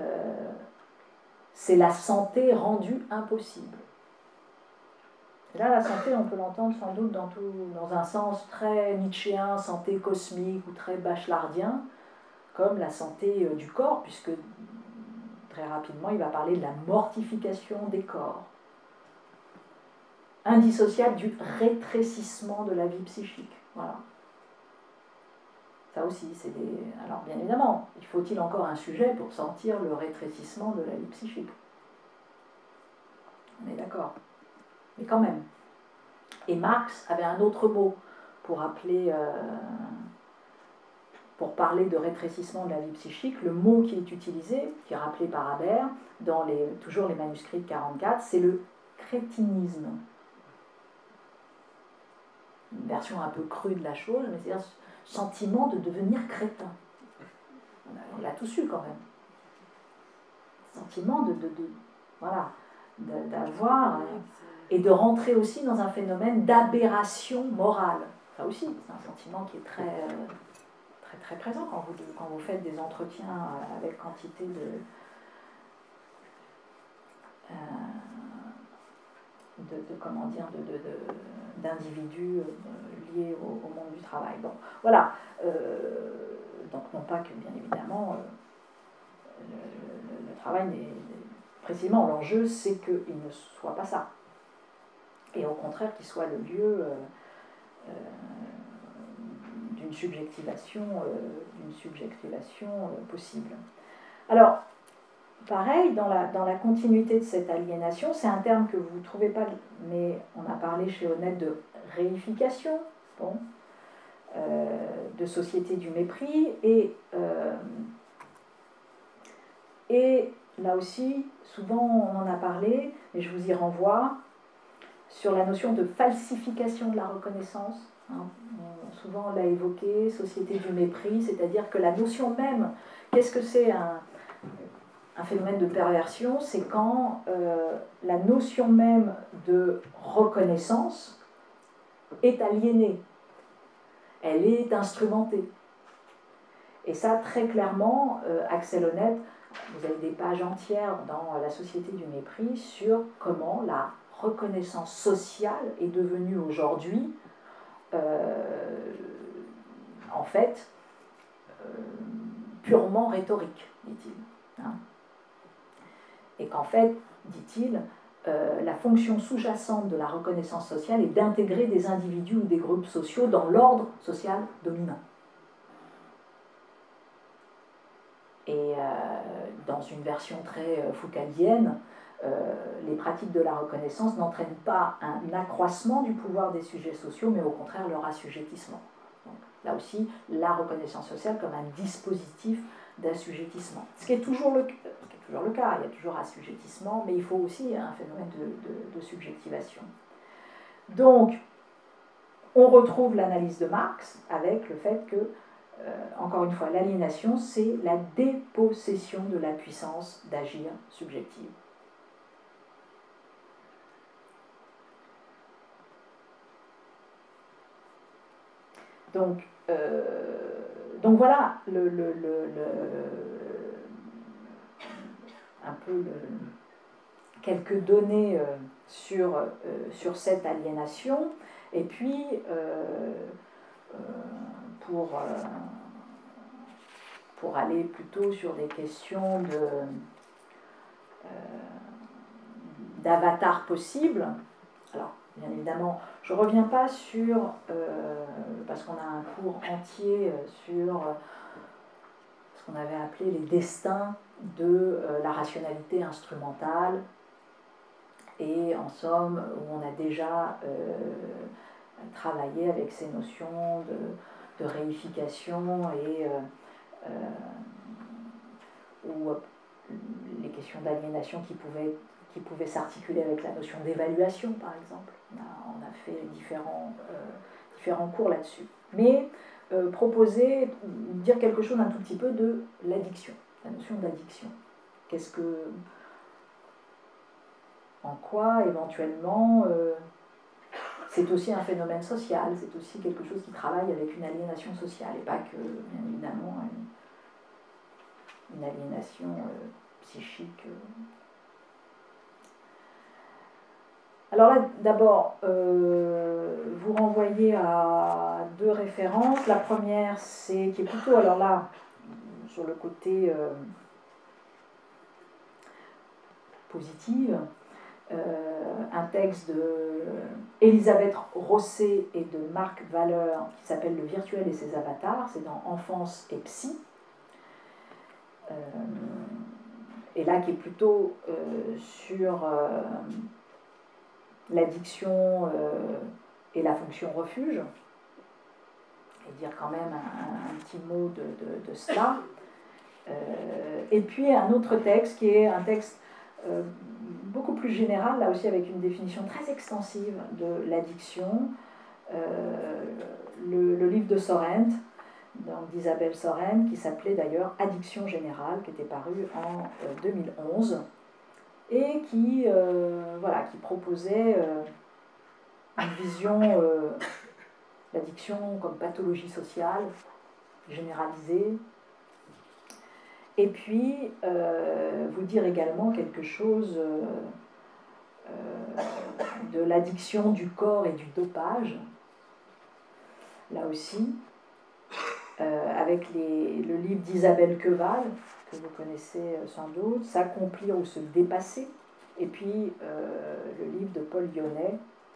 c'est la santé rendue impossible. Et là, la santé, on peut l'entendre sans doute dans un sens très nietzschéen, santé cosmique, ou très bachelardien, comme la santé du corps, puisque très rapidement, il va parler de la mortification des corps, indissociable du rétrécissement de la vie psychique. Voilà. Ça aussi, c'est des... Alors, bien évidemment, faut-il encore un sujet pour sentir le rétrécissement de la vie psychique? On est d'accord. mais quand même. Et Marx avait un autre mot pour parler de rétrécissement de la vie psychique. Le mot qui est utilisé, qui est rappelé par Haber, dans toujours les manuscrits de 44, c'est le crétinisme. Une version un peu crue de la chose, mais c'est un sentiment de devenir crétin. On l'a tous eu quand même. Sentiment d'avoir et de rentrer aussi dans un phénomène d'aberration morale. Ça aussi, c'est un sentiment qui est très, très, très présent quand vous faites des entretiens avec quantité d'individus liés au monde du travail. Bon, voilà. Donc non pas que, bien évidemment, le travail précisément, l'enjeu, c'est qu'il ne soit pas ça. Et au contraire, qu'il soit le lieu d'une subjectivation possible. Alors, pareil, dans la continuité de cette aliénation, c'est un terme que vous ne trouvez pas, mais on a parlé chez Honnête de réification, bon, de société du mépris, et là aussi, souvent on en a parlé, mais je vous y renvoie, sur la notion de falsification de la reconnaissance. Hein. Souvent on l'a évoqué, société du mépris, c'est-à-dire que la notion même, qu'est-ce que c'est un phénomène de perversion? C'est quand la notion même de reconnaissance est aliénée, elle est instrumentée. Et ça, très clairement, Axel Honneth, vous avez des pages entières dans La société du mépris sur comment la reconnaissance sociale est devenue aujourd'hui, en fait, purement rhétorique, dit-il. Hein. Et qu'en fait, dit-il, la fonction sous-jacente de la reconnaissance sociale est d'intégrer des individus ou des groupes sociaux dans l'ordre social dominant. Et dans une version très foucaldienne, les pratiques de la reconnaissance n'entraînent pas un accroissement du pouvoir des sujets sociaux, mais au contraire leur assujettissement. Donc, là aussi, la reconnaissance sociale comme un dispositif d'assujettissement. Ce qui est toujours le cas, il y a toujours assujettissement, mais il faut aussi un phénomène de subjectivation. Donc, on retrouve l'analyse de Marx avec le fait que, encore une fois, l'aliénation, c'est la dépossession de la puissance d'agir subjective. Donc voilà un peu quelques données sur cette aliénation. Et puis, pour aller plutôt sur des questions d'avatar possible, alors bien évidemment, je ne reviens pas sur, parce qu'on a un cours entier sur ce qu'on avait appelé les destins de la rationalité instrumentale, et en somme, où on a déjà travaillé avec ces notions de réification et ou les questions d'aliénation qui pouvaient s'articuler avec la notion d'évaluation, par exemple. On a fait différents cours là-dessus. Mais dire quelque chose un tout petit peu de l'addiction, la notion d'addiction. En quoi, éventuellement, c'est aussi un phénomène social, c'est aussi quelque chose qui travaille avec une aliénation sociale, et pas que, bien évidemment, une aliénation psychique. Alors là, d'abord, vous renvoyez à deux références. La première, qui est plutôt, alors là, sur le côté positif, un texte de Elisabeth Rosset et de Marc Valeur qui s'appelle Le virtuel et ses avatars, c'est dans Enfance et Psy. Et là qui est plutôt sur l'addiction et la fonction refuge, et dire quand même un petit mot de cela. Et puis un autre texte qui est un texte beaucoup plus général, là aussi avec une définition très extensive de l'addiction, le livre de Sorrent, d'Isabelle Sorrent, qui s'appelait d'ailleurs Addiction générale, qui était paru en 2011, et qui proposait une vision l'addiction comme pathologie sociale généralisée. Et puis, vous dire également quelque chose de l'addiction du corps et du dopage, là aussi, avec le livre d'Isabelle Queval, que vous connaissez sans doute, S'accomplir ou se dépasser, et puis le livre de Paul Lyonnais,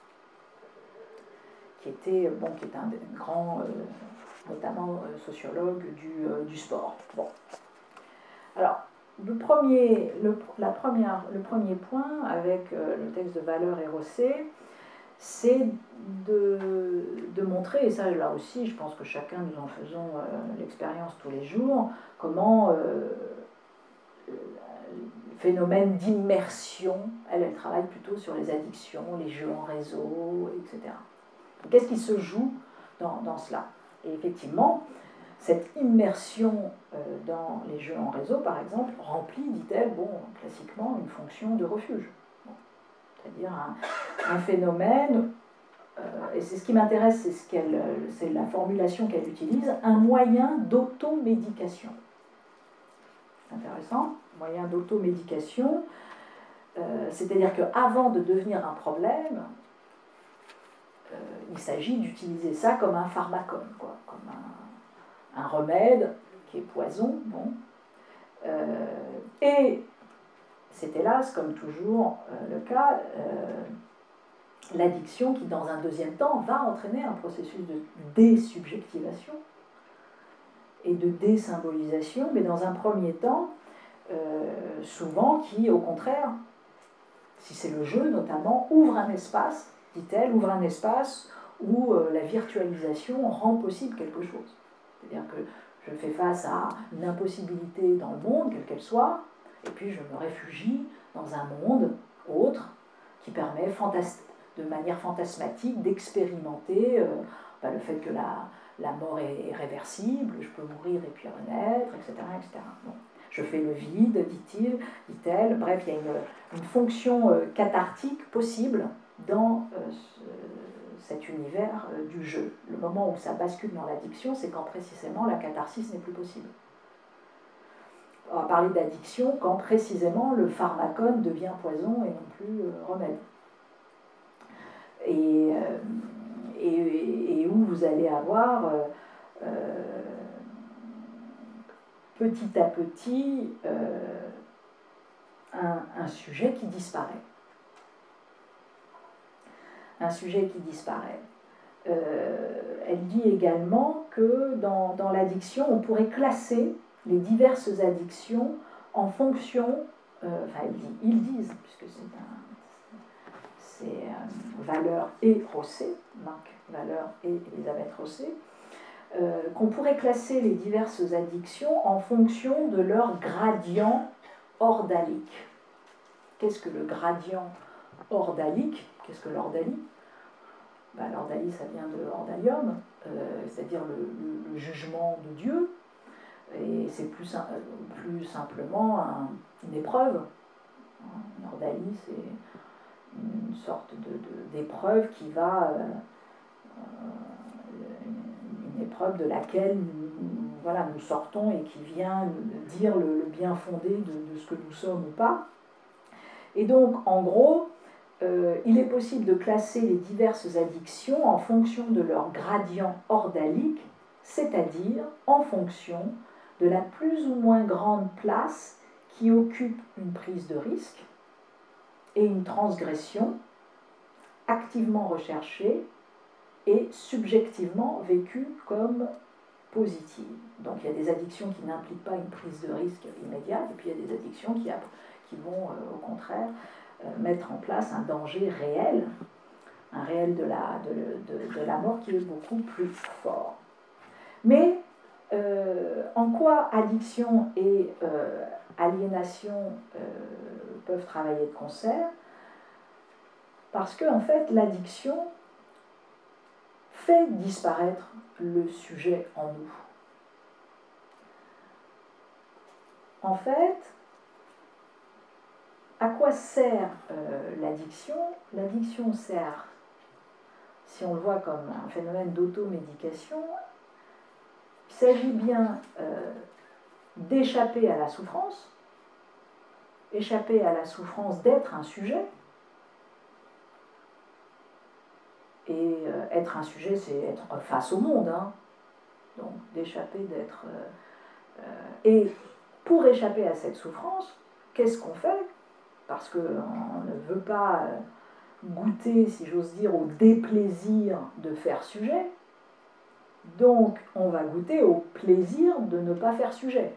qui était un grand, notamment sociologue du sport. Bon. Alors, le premier point avec le texte de Valeur et Rosset, c'est de montrer, et ça là aussi je pense que chacun nous en faisons l'expérience tous les jours, comment le phénomène d'immersion, elle travaille plutôt sur les addictions, les jeux en réseau, etc. Qu'est-ce qui se joue dans cela? Et effectivement, cette immersion dans les jeux en réseau, par exemple, remplit, dit-elle, classiquement, une fonction de refuge. C'est-à-dire un phénomène, et c'est ce qui m'intéresse, c'est la formulation qu'elle utilise, un moyen d'automédication. Intéressant, moyen d'automédication, c'est-à-dire qu'avant de devenir un problème, il s'agit d'utiliser ça comme un pharmacone, comme un remède qui est poison. Bon. Et c'est hélas, comme toujours le cas, l'addiction qui, dans un deuxième temps, va entraîner un processus de désubjectivation et de désymbolisation, mais dans un premier temps, souvent qui, au contraire, si c'est le jeu notamment, ouvre un espace, dit-elle, ouvre un espace où la virtualisation rend possible quelque chose. C'est-à-dire que je fais face à une impossibilité dans le monde, quelle qu'elle soit, et puis je me réfugie dans un monde autre qui permet de manière fantasmatique d'expérimenter le fait que la mort est réversible, je peux mourir et puis renaître, etc. etc. Bon. Je fais le vide, dit-elle. Bref, il y a une fonction cathartique possible dans cet univers du jeu. Le moment où ça bascule dans l'addiction, c'est quand précisément la catharsis n'est plus possible. On va parler d'addiction quand précisément le pharmacone devient poison et non plus remède. Et où vous allez avoir petit à petit un sujet qui disparaît. Un sujet qui disparaît. Elle dit également que dans l'addiction, on pourrait classer les diverses addictions en fonction, ils disent, puisque c'est Valeur et Rosset, Marc Valeur et Elisabeth Rosset, qu'on pourrait classer les diverses addictions en fonction de leur gradient ordalique. Qu'est-ce que le gradient ordalique? Qu'est-ce que l'ordalie? L'ordalie, ça vient de ordalium, c'est-à-dire le jugement de Dieu, et c'est plus simplement une épreuve. Une ordalie, c'est une sorte d'épreuve qui va, une épreuve de laquelle nous sortons et qui vient dire le bien fondé de ce que nous sommes ou pas. Et donc, en gros, il est possible de classer les diverses addictions en fonction de leur gradient ordalique, c'est-à-dire en fonction de la plus ou moins grande place qui occupe une prise de risque et une transgression activement recherchée et subjectivement vécue comme positive. Donc il y a des addictions qui n'impliquent pas une prise de risque immédiate, et puis il y a des addictions qui vont au contraire mettre en place un danger réel, un réel de la mort qui est beaucoup plus fort. Mais en quoi addiction et aliénation peuvent travailler de concert? Parce que en fait, l'addiction fait disparaître le sujet en nous. En fait, à quoi sert l'addiction? L'addiction sert, si on le voit comme un phénomène d'automédication, il s'agit bien d'échapper à la souffrance, échapper à la souffrance d'être un sujet. Et être un sujet, c'est être face au monde, hein. Donc d'échapper, d'être... et pour échapper à cette souffrance, qu'est-ce qu'on fait? Parce qu'on ne veut pas goûter, si j'ose dire, au déplaisir de faire sujet, donc on va goûter au plaisir de ne pas faire sujet.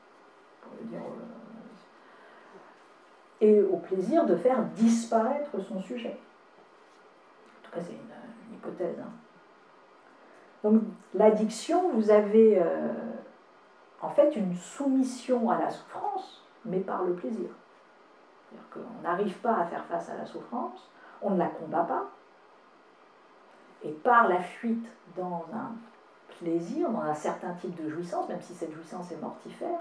Et au plaisir de faire disparaître son sujet. En tout cas, c'est une hypothèse. Hein. Donc l'addiction, vous avez en fait une soumission à la souffrance, mais par le plaisir. C'est-à-dire qu'on n'arrive pas à faire face à la souffrance, on ne la combat pas, et par la fuite dans un plaisir, dans un certain type de jouissance, même si cette jouissance est mortifère,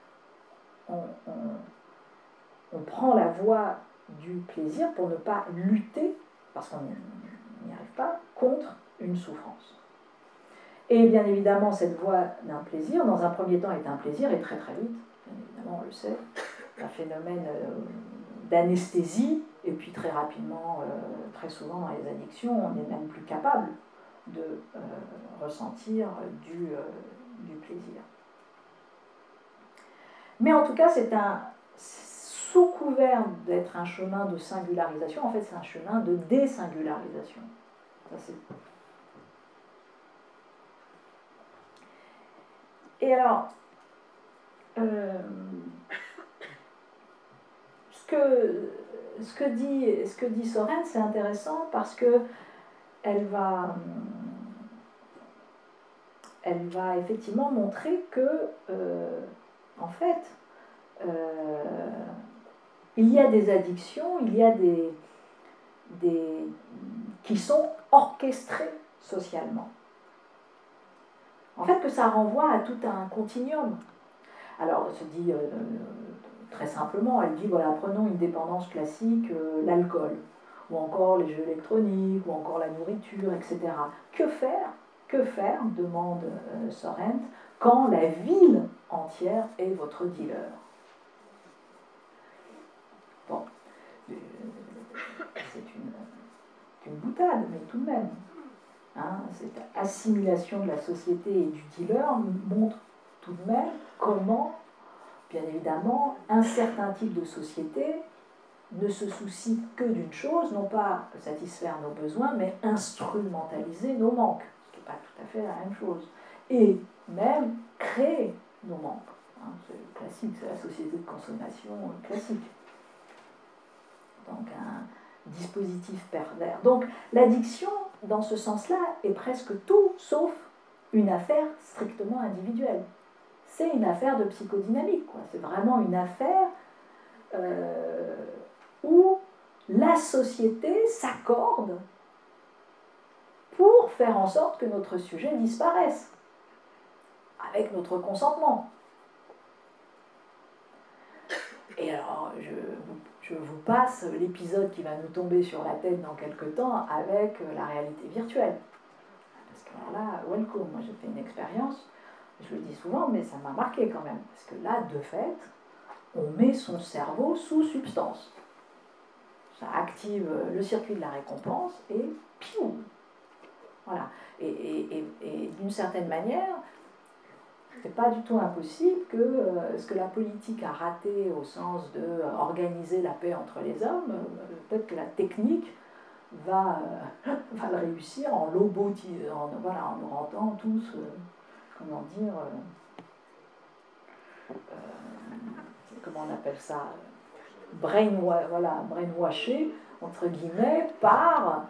on prend la voie du plaisir pour ne pas lutter, parce qu'on n'y arrive pas, contre une souffrance. Et bien évidemment, cette voie d'un plaisir, dans un premier temps, est un plaisir, et très très vite, bien évidemment, on le sait, un phénomène d'anesthésie, et puis très rapidement, très souvent dans les addictions, on n'est même plus capable de ressentir du plaisir. Mais en tout cas, c'est sous couvert d'être un chemin de singularisation, en fait, c'est un chemin de désingularisation. Ça, c'est... Et alors, ce que dit Sorens, c'est intéressant parce que elle va effectivement montrer que, en fait, il y a des addictions, il y a qui sont orchestrées socialement. En fait, que ça renvoie à tout un continuum. Alors, elle se dit très simplement, elle dit, voilà, prenons une dépendance classique, l'alcool, ou encore les jeux électroniques, ou encore la nourriture, etc. Que faire, demande Sorrent, quand la ville entière est votre dealer? Bon, c'est une boutade, mais tout de même. Hein, cette assimilation de la société et du dealer montre tout de même comment, bien évidemment, un certain type de société ne se soucie que d'une chose, non pas satisfaire nos besoins, mais instrumentaliser nos manques, ce qui n'est pas tout à fait la même chose, et même créer nos manques. Hein, c'est classique, c'est la société de consommation classique. Donc un dispositif pervers. Donc l'addiction, dans ce sens-là, est presque tout sauf une affaire strictement individuelle. C'est une affaire de psychodynamique, quoi. C'est vraiment une affaire où la société s'accorde pour faire en sorte que notre sujet disparaisse, avec notre consentement. Et alors, je vous passe l'épisode qui va nous tomber sur la tête dans quelques temps avec la réalité virtuelle. Parce que alors là, welcome, moi j'ai fait une expérience, je le dis souvent, mais ça m'a marqué quand même. Parce que là, de fait, on met son cerveau sous substance. Ça active le circuit de la récompense et piou. Voilà. Et d'une certaine manière, c'est pas du tout impossible que ce que la politique a raté au sens d'organiser la paix entre les hommes, peut-être que la technique va le réussir en lobotisant, en nous rendant tous, comment dire, comment on appelle ça, brainwashés, entre guillemets, par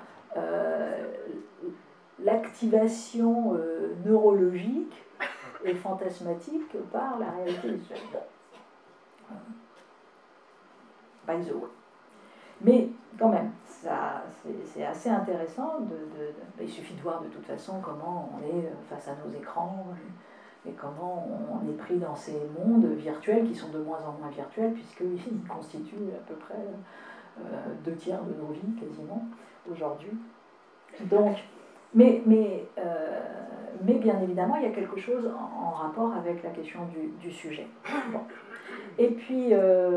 l'activation neurologique et fantasmatique par la réalité visuelle. By the way. Mais quand même, c'est assez intéressant. Il suffit de voir de toute façon comment on est face à nos écrans et comment on est pris dans ces mondes virtuels qui sont de moins en moins virtuels puisqu'ils constituent à peu près 2/3 de nos vies quasiment aujourd'hui. Donc, mais bien évidemment, il y a quelque chose en rapport avec la question du sujet. Bon. Et puis,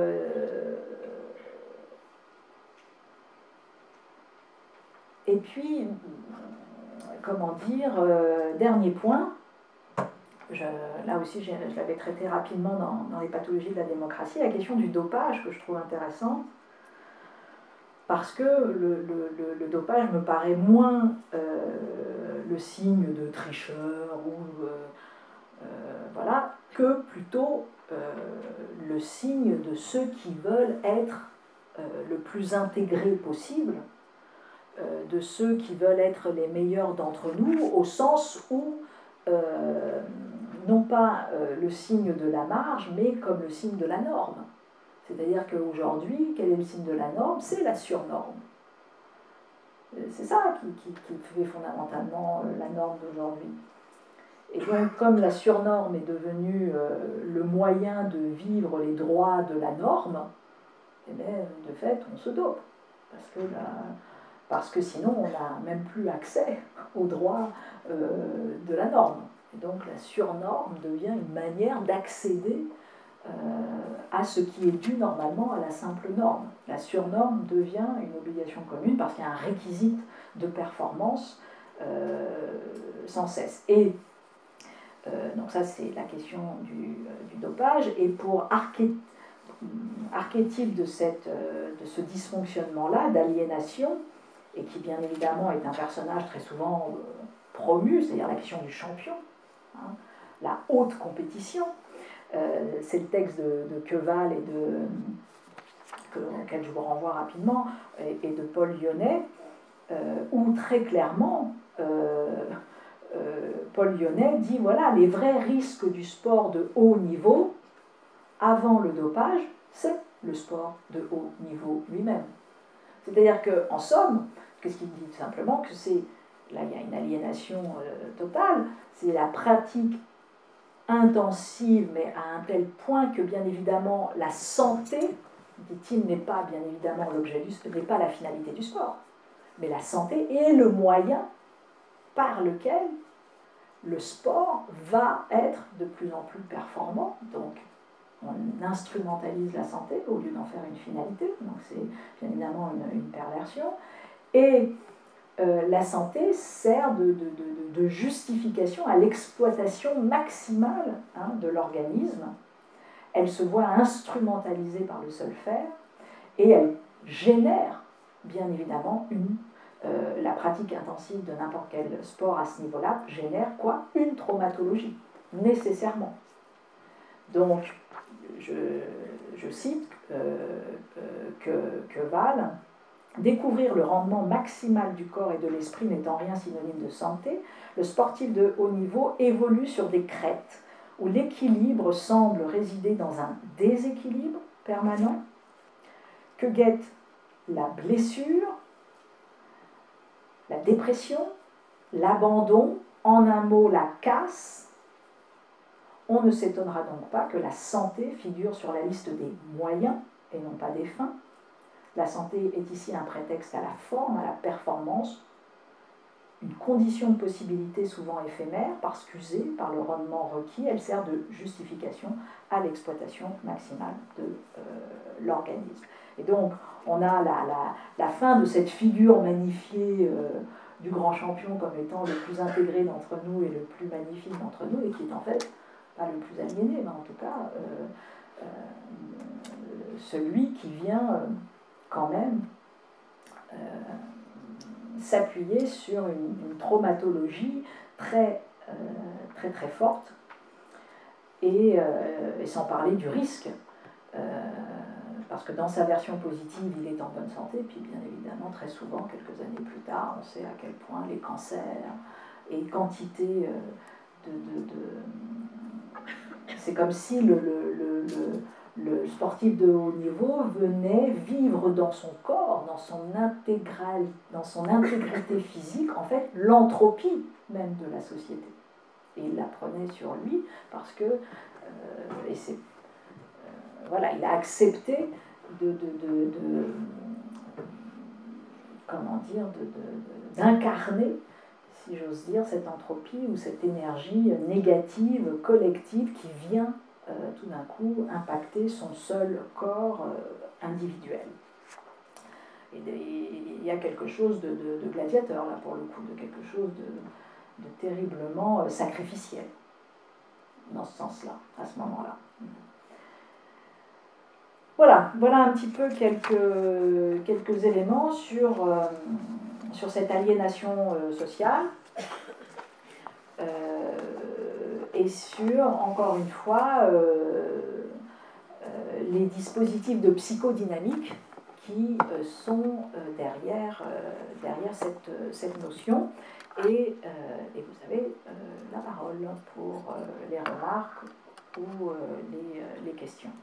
comment dire, dernier point, là aussi je l'avais traité rapidement dans les pathologies de la démocratie, la question du dopage que je trouve intéressante, parce que le dopage me paraît moins le signe de tricheurs ou voilà, que plutôt le signe de ceux qui veulent être le plus intégrés possible, de ceux qui veulent être les meilleurs d'entre nous, au sens où, non pas le signe de la marge, mais comme le signe de la norme. C'est-à-dire qu'aujourd'hui, quel est le signe de la norme? C'est la surnorme. C'est ça qui fait fondamentalement la norme d'aujourd'hui. Et donc, comme la surnorme est devenue le moyen de vivre les droits de la norme, eh bien, de fait, on se dope. Parce que sinon, on n'a même plus accès aux droits de la norme. Et donc, la surnorme devient une manière d'accéder à ce qui est dû normalement à la simple norme. La surnorme devient une obligation commune parce qu'il y a un réquisite de performance sans cesse. Et donc ça, c'est la question du dopage. Et pour archétype de ce dysfonctionnement-là, d'aliénation, et qui bien évidemment est un personnage très souvent promu, c'est-à-dire la question du champion, hein, la haute compétition. C'est le texte de Queval auquel je vous renvoie rapidement, et de Paul Lyonnais, où très clairement, Paul Lyonnais dit voilà, les vrais risques du sport de haut niveau, avant le dopage, c'est le sport de haut niveau lui-même. C'est-à-dire qu'en somme, qu'est-ce qu'il dit? Tout simplement que là il y a une aliénation totale, c'est la pratique intensive, mais à un tel point que bien évidemment la santé, dit-il, n'est pas bien évidemment n'est pas la finalité du sport, mais la santé est le moyen par lequel le sport va être de plus en plus performant. Donc on instrumentalise la santé au lieu d'en faire une finalité, donc c'est bien évidemment une perversion. Et la santé sert de justification à l'exploitation maximale de l'organisme. Elle se voit instrumentalisée par le seul faire et elle génère bien évidemment la pratique intensive de n'importe quel sport à ce niveau-là génère quoi? Une traumatologie, nécessairement. Donc, je cite Queval, découvrir le rendement maximal du corps et de l'esprit n'étant rien synonyme de santé, le sportif de haut niveau évolue sur des crêtes où l'équilibre semble résider dans un déséquilibre permanent que guette la blessure, la dépression, l'abandon, en un mot la casse. On ne s'étonnera donc pas que la santé figure sur la liste des moyens et non pas des fins. La santé est ici un prétexte à la forme, à la performance, une condition de possibilité souvent éphémère, parce qu'usée par le rendement requis, elle sert de justification à l'exploitation maximale de l'organisme. Et donc, on a la fin de cette figure magnifiée du grand champion comme étant le plus intégré d'entre nous et le plus magnifique d'entre nous, et qui est en fait pas le plus aliéné, mais en tout cas celui qui vient quand même s'appuyer sur une traumatologie très forte, et sans parler du risque, parce que dans sa version positive, il est en bonne santé, puis bien évidemment, très souvent, quelques années plus tard, on sait à quel point les cancers et quantité c'est comme si le sportif de haut niveau venait vivre dans son corps, dans son intégrité physique, en fait, l'entropie même de la société. Et il la prenait sur lui parce que, voilà, il a accepté d'incarner, si j'ose dire, cette entropie ou cette énergie négative, collective, qui vient tout d'un coup impacter son seul corps individuel. Et il y a quelque chose de gladiateur, là, pour le coup, de quelque chose de terriblement sacrificiel, dans ce sens-là, à ce moment-là. Voilà un petit peu quelques éléments sur cette aliénation sociale et sur, encore une fois, les dispositifs de psychodynamique qui sont derrière cette notion. Et vous avez la parole pour les remarques ou les questions.